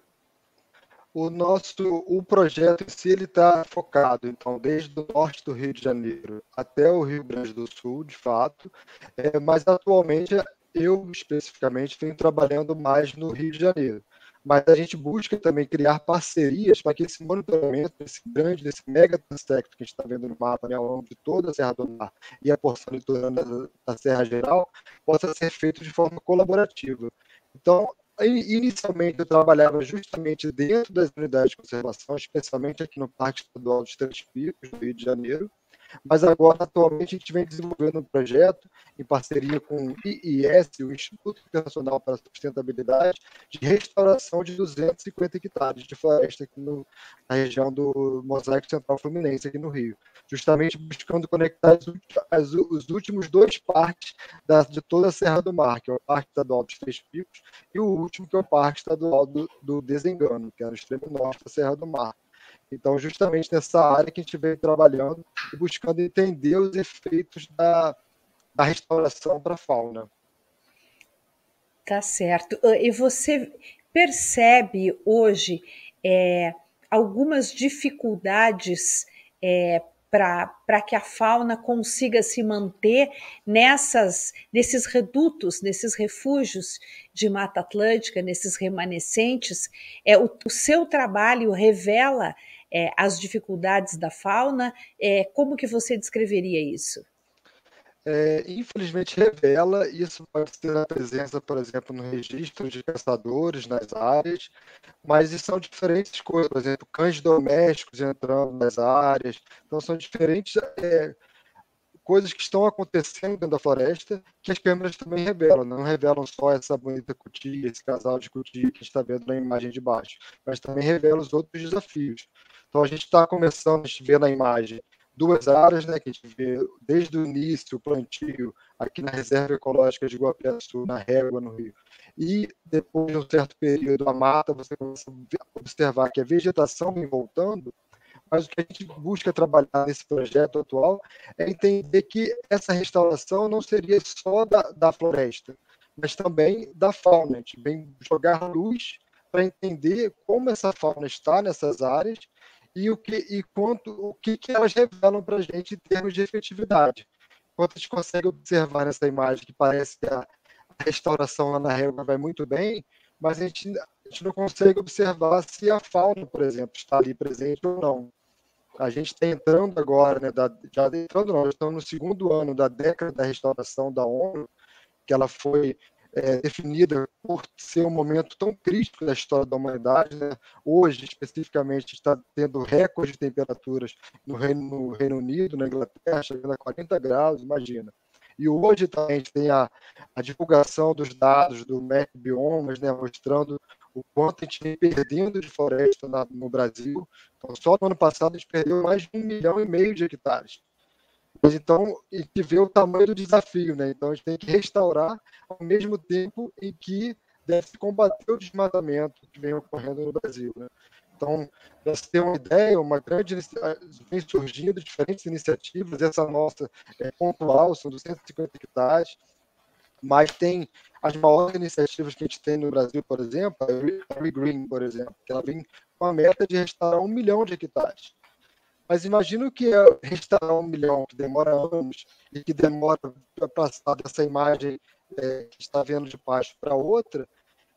O nosso o projeto em si está focado, então, desde o norte do Rio de Janeiro até o Rio Grande do Sul, de fato, é, mas atualmente eu, especificamente, venho trabalhando mais no Rio de Janeiro. Mas a gente busca também criar parcerias para que esse monitoramento, esse grande, esse mega transecto que a gente está vendo no mapa, né, ao longo de toda a Serra do Mar e a porção litorânea da, da Serra Geral, possa ser feito de forma colaborativa. Então, inicialmente eu trabalhava justamente dentro das unidades de conservação, especialmente aqui no Parque Estadual dos Três Picos, do Rio de Janeiro, Mas agora, atualmente, a gente vem desenvolvendo um projeto em parceria com o I I S, o Instituto Internacional para a Sustentabilidade, de restauração de duzentos e cinquenta hectares de floresta aqui no, na região do Mosaico Central Fluminense, aqui no Rio, justamente buscando conectar as, as, os últimos dois parques da, de toda a Serra do Mar, que é o Parque Estadual dos Três Picos, e o último, que é o Parque Estadual do, do Desengano, que é no extremo norte da Serra do Mar. Então, justamente nessa área que a gente vem trabalhando e buscando entender os efeitos da, da restauração para a fauna. Tá certo. E você percebe hoje é, algumas dificuldades é, para que a fauna consiga se manter nessas, nesses redutos, nesses refúgios de Mata Atlântica, nesses remanescentes? É, o, o seu trabalho revela é, as dificuldades da fauna? É, como que você descreveria isso? É, infelizmente revela, isso pode ser a presença, por exemplo, no registro de caçadores nas áreas, mas isso são diferentes coisas, por exemplo, cães domésticos entrando nas áreas, então são diferentes é, coisas que estão acontecendo dentro da floresta que as câmeras também revelam, não revelam só essa bonita cutia, esse casal de cutia que a gente está vendo na imagem de baixo, mas também revelam os outros desafios. Então a gente está começando a ver na imagem duas áreas, né, que a gente vê desde o início, o plantio, aqui na Reserva Ecológica de Iguapiaçu, na Régua, no Rio. E depois de um certo período, a mata, você começa a observar que a vegetação vem voltando, mas o que a gente busca trabalhar nesse projeto atual é entender que essa restauração não seria só da, da floresta, mas também da fauna. A gente vem jogar luz para entender como essa fauna está nessas áreas e o que, e quanto, o que, que elas revelam para a gente em termos de efetividade. Enquanto a gente consegue observar nessa imagem que parece que a, a restauração lá na Régua vai muito bem, mas a gente, a gente não consegue observar se a fauna, por exemplo, está ali presente ou não. A gente está entrando agora, né, da, já entrando não, estamos no segundo ano da década da restauração da ONU, que ela foi é, definida por ser um momento tão crítico da história da humanidade, né? Hoje, especificamente, está tendo recorde de temperaturas no Reino, no Reino Unido, na Inglaterra, chegando a quarenta graus, imagina. E hoje também a gente tem a, a divulgação dos dados do M E C Biomas, né, mostrando o quanto a gente vem perdendo de floresta na, no Brasil. Então, só no ano passado a gente perdeu mais de um milhão e meio de hectares. Mas, então, a gente vê o tamanho do desafio, né? Então, a gente tem que restaurar ao mesmo tempo em que deve se combater o desmatamento que vem ocorrendo no Brasil, né? Então, para você ter uma ideia, uma grande vem surgindo diferentes iniciativas, essa nossa é pontual, são duzentos e cinquenta hectares, mas tem as maiores iniciativas que a gente tem no Brasil, por exemplo, a ReGreen, por exemplo, que ela vem com a meta de restaurar um milhão de hectares. Mas imagina o que é restaurar um milhão, que demora anos e que demora para passar dessa imagem é, que está vendo de baixo para outra,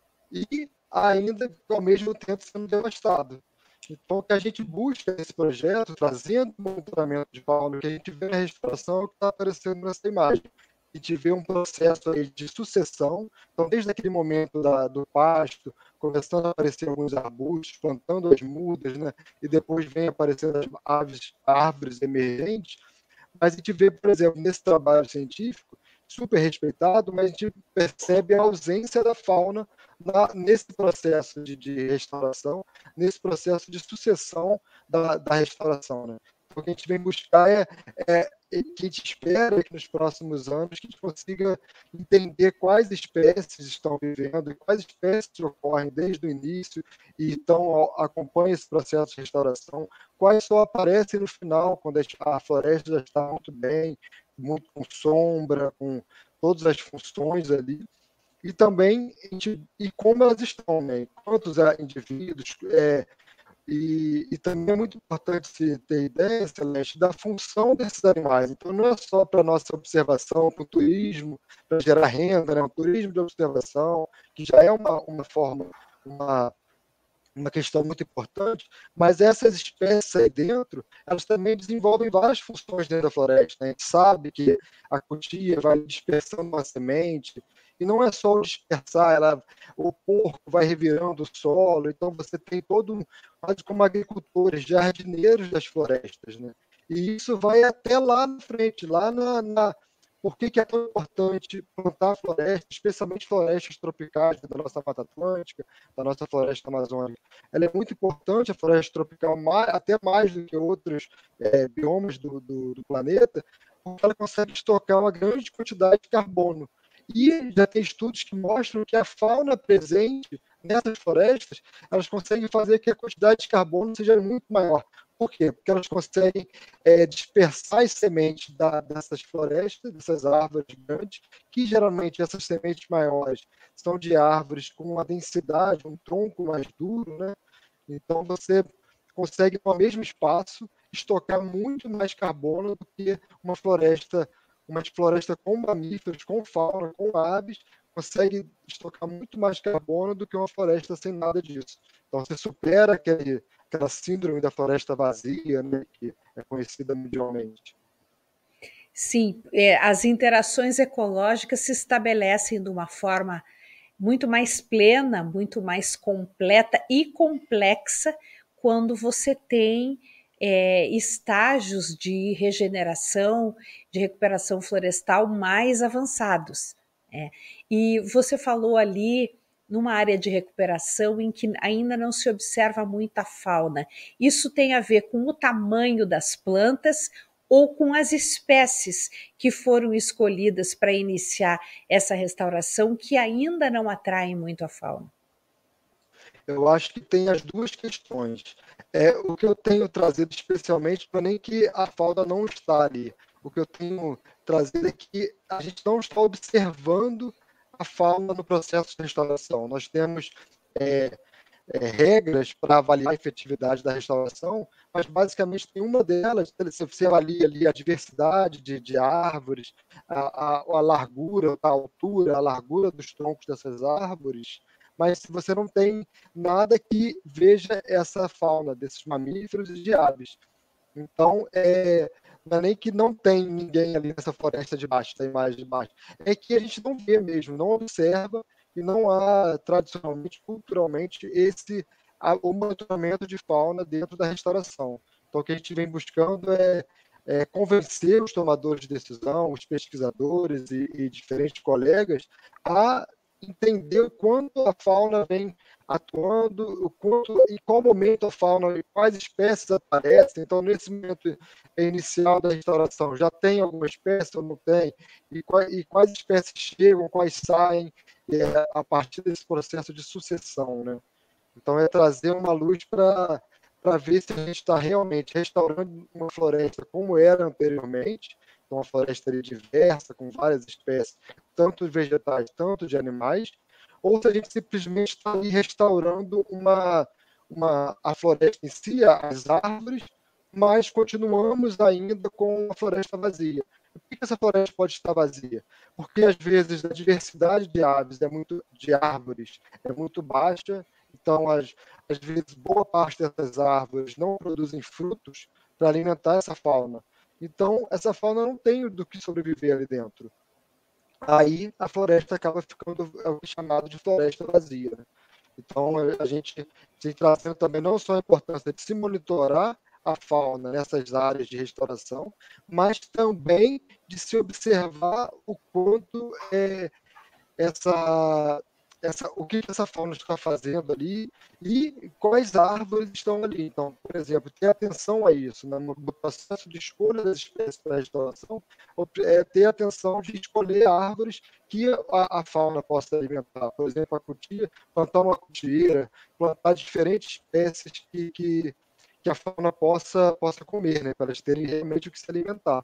e ainda, ao mesmo tempo, sendo devastado. Então, o que a gente busca nesse projeto, trazendo o monitoramento de fauna, que a gente vê na restauração, é o que está aparecendo nessa imagem. A gente vê um processo aí de sucessão, então, desde aquele momento da, do pasto, começando a aparecer alguns arbustos, plantando as mudas, né? E depois vem aparecendo as aves, árvores emergentes. Mas a gente vê, por exemplo, nesse trabalho científico, super respeitado, mas a gente percebe a ausência da fauna na, nesse processo de, de restauração, nesse processo de sucessão da, da restauração, né? O que a gente vem buscar é, é, é que a gente espera que nos próximos anos que a gente consiga entender quais espécies estão vivendo e quais espécies ocorrem desde o início e então acompanham esse processo de restauração, quais só aparecem no final, quando a floresta já está muito bem, muito com sombra, com todas as funções ali, e também a gente, e como elas estão, né? Quantos indivíduos, é, E, e também é muito importante se ter ideia, Celeste, da função desses animais. Então, não é só para a nossa observação, para o turismo, para gerar renda, né? O turismo de observação, que já é uma, uma forma, uma, uma questão muito importante, mas essas espécies aí dentro, elas também desenvolvem várias funções dentro da floresta, né? A gente sabe que a cutia vai dispersando uma semente, e não é só o dispersar, ela, o porco vai revirando o solo, então você tem todo um, quase como agricultores, jardineiros das florestas, né? E isso vai até lá na frente, lá na... na... Por que, que é tão importante plantar florestas, especialmente florestas tropicais da nossa Mata Atlântica, da nossa floresta amazônica? Ela é muito importante, a floresta tropical, mais, até mais do que outros é, biomas do, do, do planeta, porque ela consegue estocar uma grande quantidade de carbono. E já tem estudos que mostram que a fauna presente nessas florestas, elas conseguem fazer que a quantidade de carbono seja muito maior. Por quê? Porque elas conseguem é, dispersar as sementes da, dessas florestas, dessas árvores grandes, que geralmente essas sementes maiores são de árvores com uma densidade, um tronco mais duro, né? Então você consegue, no mesmo espaço, estocar muito mais carbono do que uma floresta, uma floresta com mamíferos, com fauna, com aves, consegue estocar muito mais carbono do que uma floresta sem nada disso. Então você supera aquele aquela síndrome da floresta vazia, né, que é conhecida mundialmente. Sim, é, as interações ecológicas se estabelecem de uma forma muito mais plena, muito mais completa e complexa quando você tem é, estágios de regeneração, de recuperação florestal mais avançados. É. E você falou ali numa área de recuperação em que ainda não se observa muita fauna. Isso tem a ver com o tamanho das plantas ou com as espécies que foram escolhidas para iniciar essa restauração, que ainda não atraem muito a fauna? Eu acho que tem as duas questões. É, o que eu tenho trazido especialmente não é nem que a fauna não está ali. O que eu tenho trazido é que a gente não está observando a fauna no processo de restauração. Nós temos é, é, regras para avaliar a efetividade da restauração, mas basicamente tem uma delas, você avalia ali a diversidade de, de árvores, a, a, a largura, a altura, a largura dos troncos dessas árvores, mas você não tem nada que veja essa fauna desses mamíferos e de aves. Então, é, não é nem que não tem ninguém ali nessa floresta de baixo, da imagem de baixo, é que a gente não vê mesmo, não observa, e não há, tradicionalmente, culturalmente, esse a, o monitoramento de fauna dentro da restauração. Então, o que a gente vem buscando é, é convencer os tomadores de decisão, os pesquisadores e, e diferentes colegas a entender o quanto a fauna vem atuando, o quanto, em qual momento a fauna, e quais espécies aparecem. Então, nesse momento inicial da restauração, já tem alguma espécie ou não tem? E quais, e quais espécies chegam, quais saem é, a partir desse processo de sucessão, né? Então, é trazer uma luz para para ver se a gente está realmente restaurando uma floresta como era anteriormente, então uma floresta diversa, com várias espécies, tanto de vegetais, tanto de animais, ou se a gente simplesmente está ali restaurando uma, uma, a floresta em si, as árvores, mas continuamos ainda com a floresta vazia. Por que essa floresta pode estar vazia? Porque, às vezes, a diversidade de aves, é muito, de árvores, é muito baixa, então, às, às vezes, boa parte dessas árvores não produzem frutos para alimentar essa fauna. Então, essa fauna não tem do que sobreviver ali dentro. Aí, a floresta acaba ficando é o chamado de floresta vazia. Então, a gente tem trazendo também não só a importância de se monitorar a fauna nessas áreas de restauração, mas também de se observar o quanto é, essa... Essa, o que essa fauna está fazendo ali e quais árvores estão ali. Então, por exemplo, ter atenção a isso, né? No processo de escolha das espécies para a restauração, é ter atenção de escolher árvores que a, a fauna possa alimentar. Por exemplo, a cutia, plantar uma cutieira, plantar diferentes espécies que, que, que a fauna possa, possa comer, né? Para elas terem realmente o que se alimentar.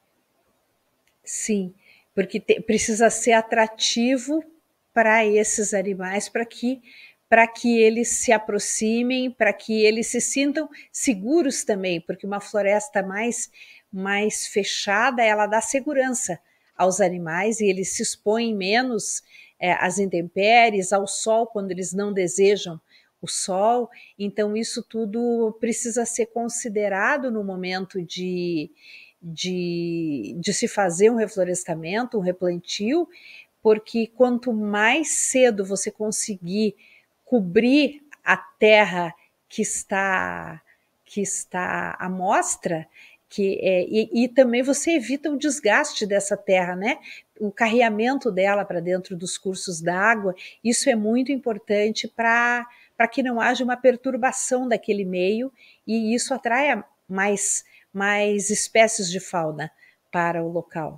Sim, porque te, precisa ser atrativo para esses animais, para que, para que eles se aproximem, para que eles se sintam seguros também, porque uma floresta mais, mais fechada, ela dá segurança aos animais e eles se expõem menos é, às intempéries, ao sol, quando eles não desejam o sol. Então, isso tudo precisa ser considerado no momento de, de, de se fazer um reflorestamento, um replantio, porque quanto mais cedo você conseguir cobrir a terra que está, que está à mostra, Que é, e, e também você evita o desgaste dessa terra, né? O carreamento dela para dentro dos cursos d'água, isso é muito importante para para que não haja uma perturbação daquele meio e isso atraia mais, mais espécies de fauna para o local.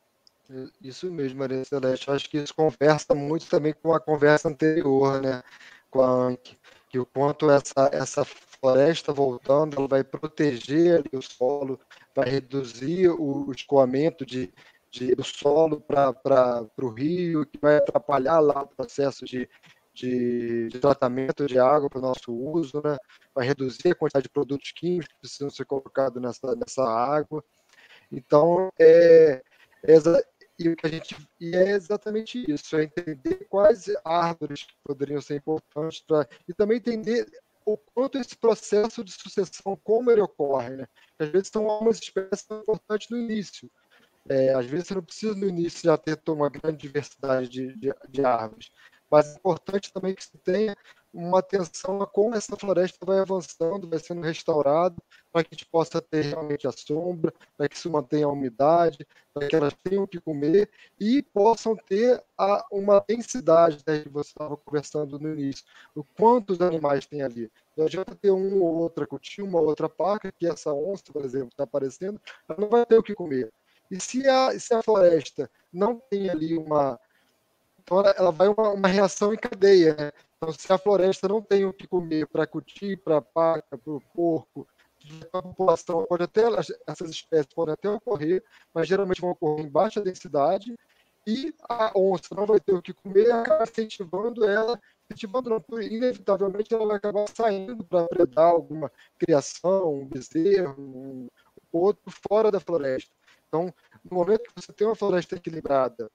Isso mesmo, Maria Celeste. Acho que isso conversa muito também com a conversa anterior, né? Com a, que o quanto essa, essa floresta voltando, ela vai proteger ali o solo, vai reduzir o, o escoamento de, de, do solo para o rio, que vai atrapalhar lá o processo de, de, de tratamento de água para o nosso uso, né? Vai reduzir a quantidade de produtos químicos que precisam ser colocados nessa, nessa água. Então, é, é, e, o que a gente, e é exatamente isso, é entender quais árvores que poderiam ser importantes para, e também entender o quanto esse processo de sucessão, como ele ocorre, né? Às vezes são algumas espécies importantes no início. É, às vezes você não precisa no início já ter uma grande diversidade de, de, de árvores, mas é importante também que você tenha uma atenção a como essa floresta vai avançando, vai sendo restaurada, para que a gente possa ter realmente a sombra, para que isso mantenha a umidade, para que elas tenham o que comer e possam ter a, uma densidade, né, que você estava conversando no início, o quantos animais tem ali. Não adianta ter um ou outra cutia, uma outra paca, que essa onça, por exemplo, está aparecendo, ela não vai ter o que comer. E se a, se a floresta não tem ali uma... Então ela, ela vai uma, uma reação em cadeia, né? Então, se a floresta não tem o que comer para cuti, para a paca, para o porco, a população pode até, essas espécies podem até ocorrer, mas geralmente vão ocorrer em baixa densidade, e a onça não vai ter o que comer, acaba incentivando ela, incentivando não, inevitavelmente ela vai acabar saindo para predar alguma criação, um bezerro, um outro fora da floresta. Então, no momento que você tem uma floresta equilibrada,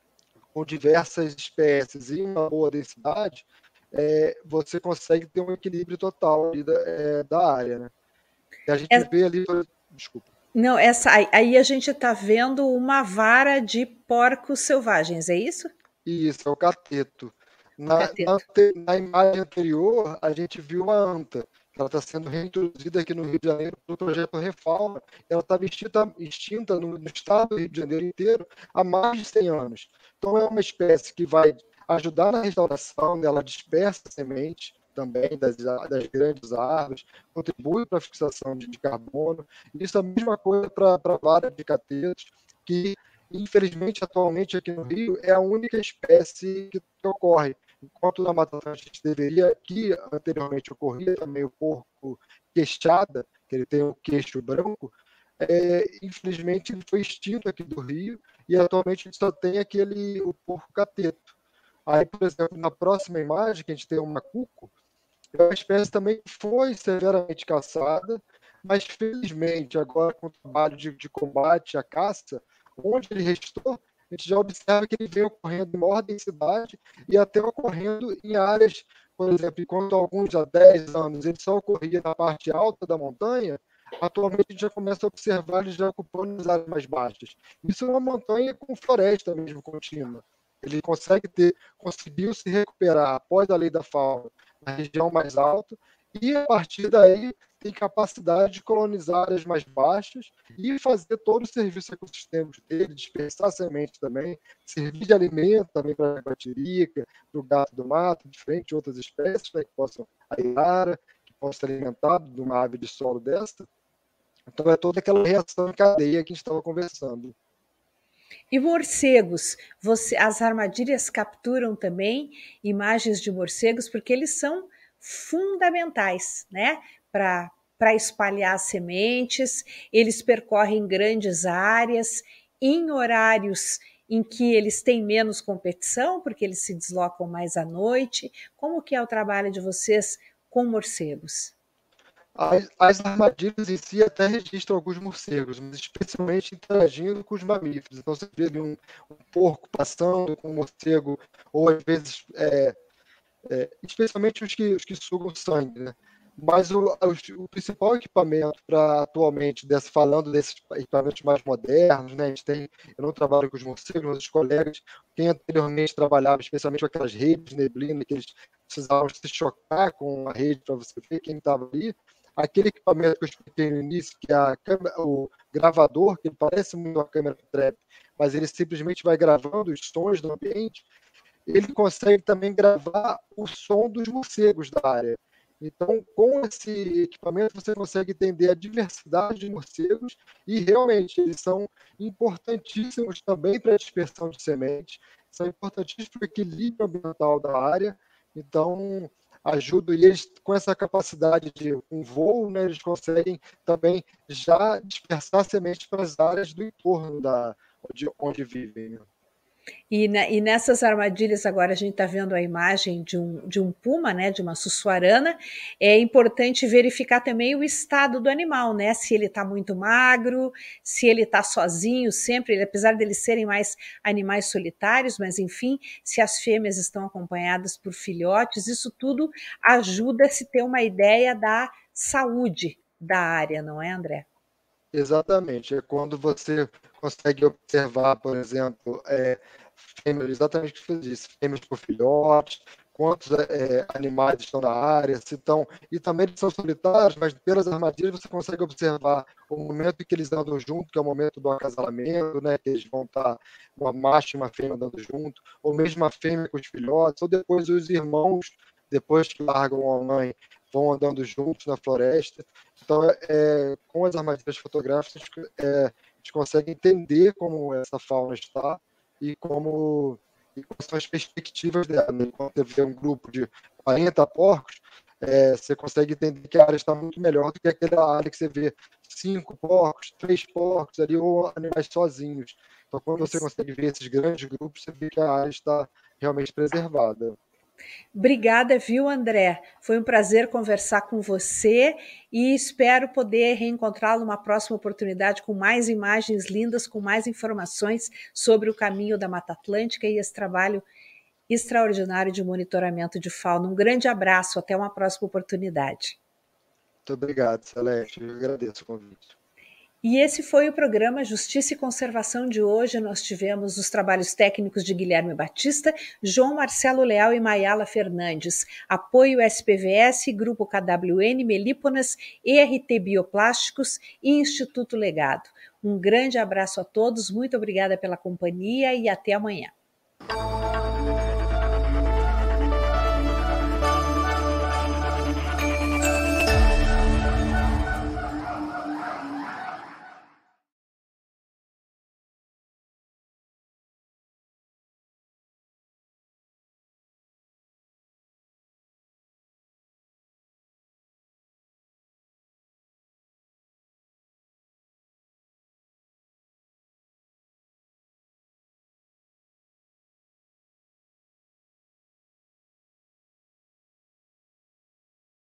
com diversas espécies e uma boa densidade, é, você consegue ter um equilíbrio total ali da, é, da área, né? E a gente é... vê ali... Desculpa. Não, essa, aí a gente está vendo uma vara de porcos selvagens, é isso? Isso, é o cateto. Na, cateto. Na, na imagem anterior, a gente viu a anta. Ela está sendo reintroduzida aqui no Rio de Janeiro pelo projeto Refauna. Ela estava extinta, extinta no, no estado do Rio de Janeiro inteiro há mais de cem anos. Então, é uma espécie que vai ajudar na restauração, ela dispersa semente também das, das grandes árvores, contribui para a fixação de, de carbono. Isso é a mesma coisa para a vara de catetos, que, infelizmente, atualmente aqui no Rio, é a única espécie que, que ocorre. Enquanto na Mata Atlântica deveria, que anteriormente ocorria também o porco queixada, que ele tem o queixo branco, é, infelizmente ele foi extinto aqui do Rio e atualmente a gente só tem aquele, o porco cateto. Aí, por exemplo, na próxima imagem, que a gente tem o macuco, é uma espécie também que foi severamente caçada, mas felizmente agora com o trabalho de, de combate à caça, onde ele restou, a gente já observa que ele vem ocorrendo em maior densidade e até ocorrendo em áreas, por exemplo, enquanto alguns há dez anos ele só ocorria na parte alta da montanha, atualmente a gente já começa a observar ele já ocupando as áreas mais baixas. Isso é uma montanha com floresta mesmo contínua. Ele consegue ter, conseguiu se recuperar após a lei da fauna na região mais alta e a partir daí tem capacidade de colonizar áreas mais baixas e fazer todo o serviço ecossistêmico dele, dispersar semente também, servir de alimento também para a guatirica, para o gato do mato, diferente de outras espécies, né, que possam, a irara, que possam ser alimentados de uma ave de solo dessa. Então é toda aquela reação em cadeia que a gente estava conversando. E morcegos, você, as armadilhas capturam também imagens de morcegos, porque eles são fundamentais, né, para para espalhar as sementes. Eles percorrem grandes áreas em horários em que eles têm menos competição, porque eles se deslocam mais à noite. Como que é o trabalho de vocês com morcegos? As, as armadilhas em si até registram alguns morcegos, mas especialmente interagindo com os mamíferos. Então você vê um, um porco passando com um morcego, ou às vezes, é, é, especialmente os que, os que sugam sangue, né? Mas o, o, o principal equipamento para atualmente, desse, falando desses equipamentos mais modernos, né? A gente tem, eu não trabalho com os morcegos, mas os colegas, quem anteriormente trabalhava, especialmente com aquelas redes de neblina, que eles precisavam se chocar com a rede para você ver quem estava ali. aquele equipamento que eu expliquei no início, que é a câmera, o gravador, que parece muito uma câmera trap, mas ele simplesmente vai gravando os sons do ambiente, ele consegue também gravar o som dos morcegos da área. Então, com esse equipamento, você consegue entender a diversidade de morcegos e, realmente, eles são importantíssimos também para a dispersão de sementes, são importantíssimos para o equilíbrio ambiental da área. Então, ajudam, e eles, com essa capacidade de um voo, né, eles conseguem também já dispersar sementes para as áreas do entorno da, de onde vivem, né? E, na, e nessas armadilhas, agora a gente está vendo a imagem de um, de um puma, né, de uma sussuarana. É importante verificar também o estado do animal, né, se ele está muito magro, se ele está sozinho sempre, apesar de eles serem mais animais solitários, mas enfim, se as fêmeas estão acompanhadas por filhotes, isso tudo ajuda a se ter uma ideia da saúde da área, não é, André? Exatamente, é quando você consegue observar, por exemplo, é, fêmeas, exatamente o que você disse, fêmeas por filhotes, quantos é, animais estão na área, se estão, e também eles são solitários, mas pelas armadilhas você consegue observar o momento em que eles andam junto, que é o momento do acasalamento, né, que eles vão estar, uma macho e uma fêmea andando junto, ou mesmo a fêmea com os filhotes, ou depois os irmãos, depois que largam a mãe, vão andando juntos na floresta. Então, é, com as armadilhas fotográficas, é, a gente consegue entender como essa fauna está e como e quais são as perspectivas dela. Né? Quando você vê um grupo de quarenta porcos, é, você consegue entender que a área está muito melhor do que aquela área que você vê cinco porcos, três porcos ali, ou animais sozinhos. Então, quando você consegue ver esses grandes grupos, você vê que a área está realmente preservada. Obrigada, viu, André? Foi um prazer conversar com você e espero poder reencontrá-lo numa próxima oportunidade com mais imagens lindas, com mais informações sobre o caminho da Mata Atlântica e esse trabalho extraordinário de monitoramento de fauna. Um grande abraço, até uma próxima oportunidade. Muito obrigado, Celeste. Eu agradeço o convite. E esse foi o programa Justiça e Conservação de hoje. Nós tivemos os trabalhos técnicos de Guilherme Batista, João Marcelo Leal e Mayala Fernandes. Apoio S P V S, Grupo K W N, Melíponas, E R T Bioplásticos e Instituto Legado. Um grande abraço a todos, muito obrigada pela companhia e até amanhã.